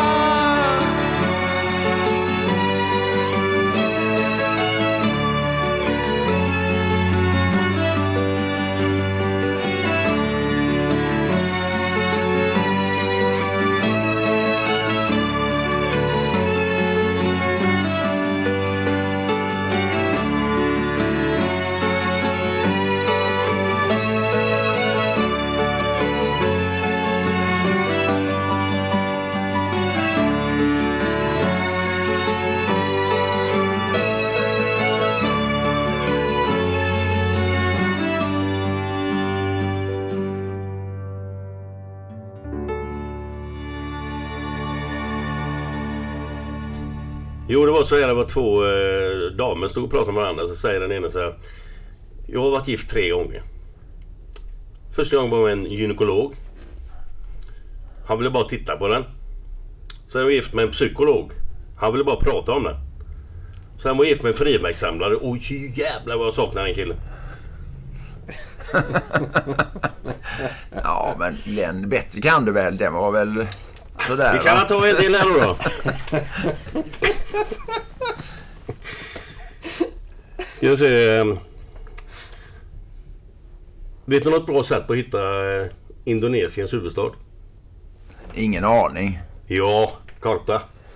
Jo, det var så här, det var två damer stod och pratade med varandra. Så säger den ena så här: jag har varit gift 3 gånger. Första gången var en gynekolog. Han ville bara titta på den. Sen var jag gift med en psykolog. Han ville bara prata om den. Sen var jag gift med en frimärkssamlare. Oj jävlar vad jag saknar den killen. Ja, men Glenn, bättre kan du väl. Den var väl sådär. Vi kan ta en till här då. Ska jag se. Vet du något bra sätt på att hitta Indonesiens huvudstad? Ingen aning. Ja, karta.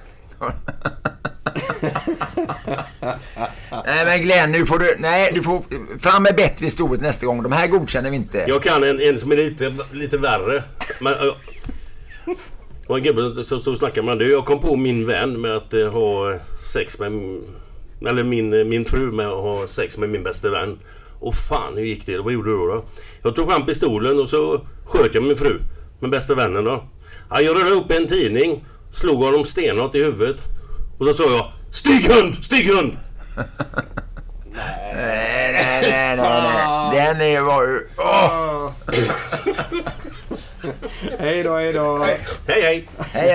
Nej men Glenn, nu får du får fram med bättre historia nästa gång. De här godkänner vi inte. Jag kan en som är lite värre. Men och en gubbe som stod och snackade med det. Jag kom på min vän med att ha sex med, eller min fru med att ha sex med min bästa vän. Och fan, hur gick det? Vad gjorde du då? Jag tog fram pistolen och så sköt jag min fru, min bästa vännen då. Jag rullade upp en tidning, slog honom stenhårt i huvudet. Och då sa jag: Stig hund! Nej. Den är var. Hej då. Hej.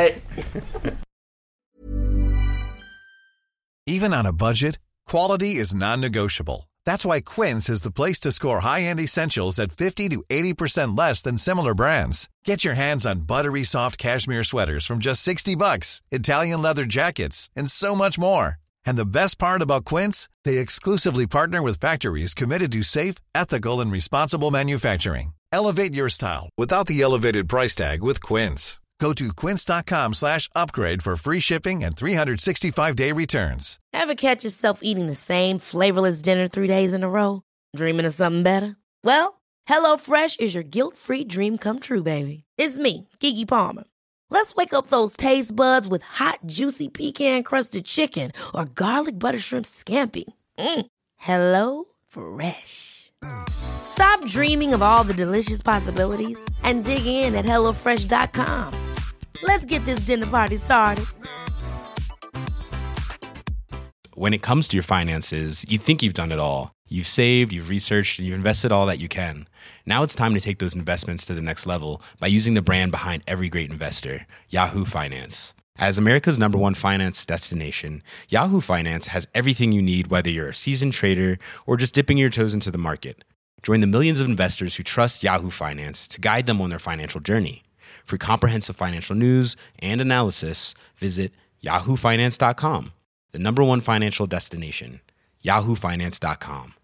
Even on a budget, quality is non-negotiable. That's why Quince is the place to score high-end essentials at 50 to 80% less than similar brands. Get your hands on buttery soft cashmere sweaters from just $60, Italian leather jackets, and so much more. And the best part about Quince, they exclusively partner with factories committed to safe, ethical, and responsible manufacturing. Elevate your style without the elevated price tag with Quince. Go to quince.com/upgrade for free shipping and 365-day returns. Ever catch yourself eating the same flavorless dinner 3 days in a row? Dreaming of something better? Well, HelloFresh is your guilt-free dream come true, baby. It's me, Keke Palmer. Let's wake up those taste buds with hot, juicy pecan-crusted chicken or garlic butter shrimp scampi. Hello Fresh. Stop dreaming of all the delicious possibilities and dig in at HelloFresh.com. Let's get this dinner party started. When it comes to your finances, you think you've done it all. You've saved, you've researched, and you've invested all that you can. Now it's time to take those investments to the next level by using the brand behind every great investor, Yahoo Finance. As America's #1 finance destination, Yahoo Finance has everything you need, whether you're a seasoned trader or just dipping your toes into the market. Join the millions of investors who trust Yahoo Finance to guide them on their financial journey. For comprehensive financial news and analysis, visit yahoofinance.com, the #1 financial destination, yahoofinance.com.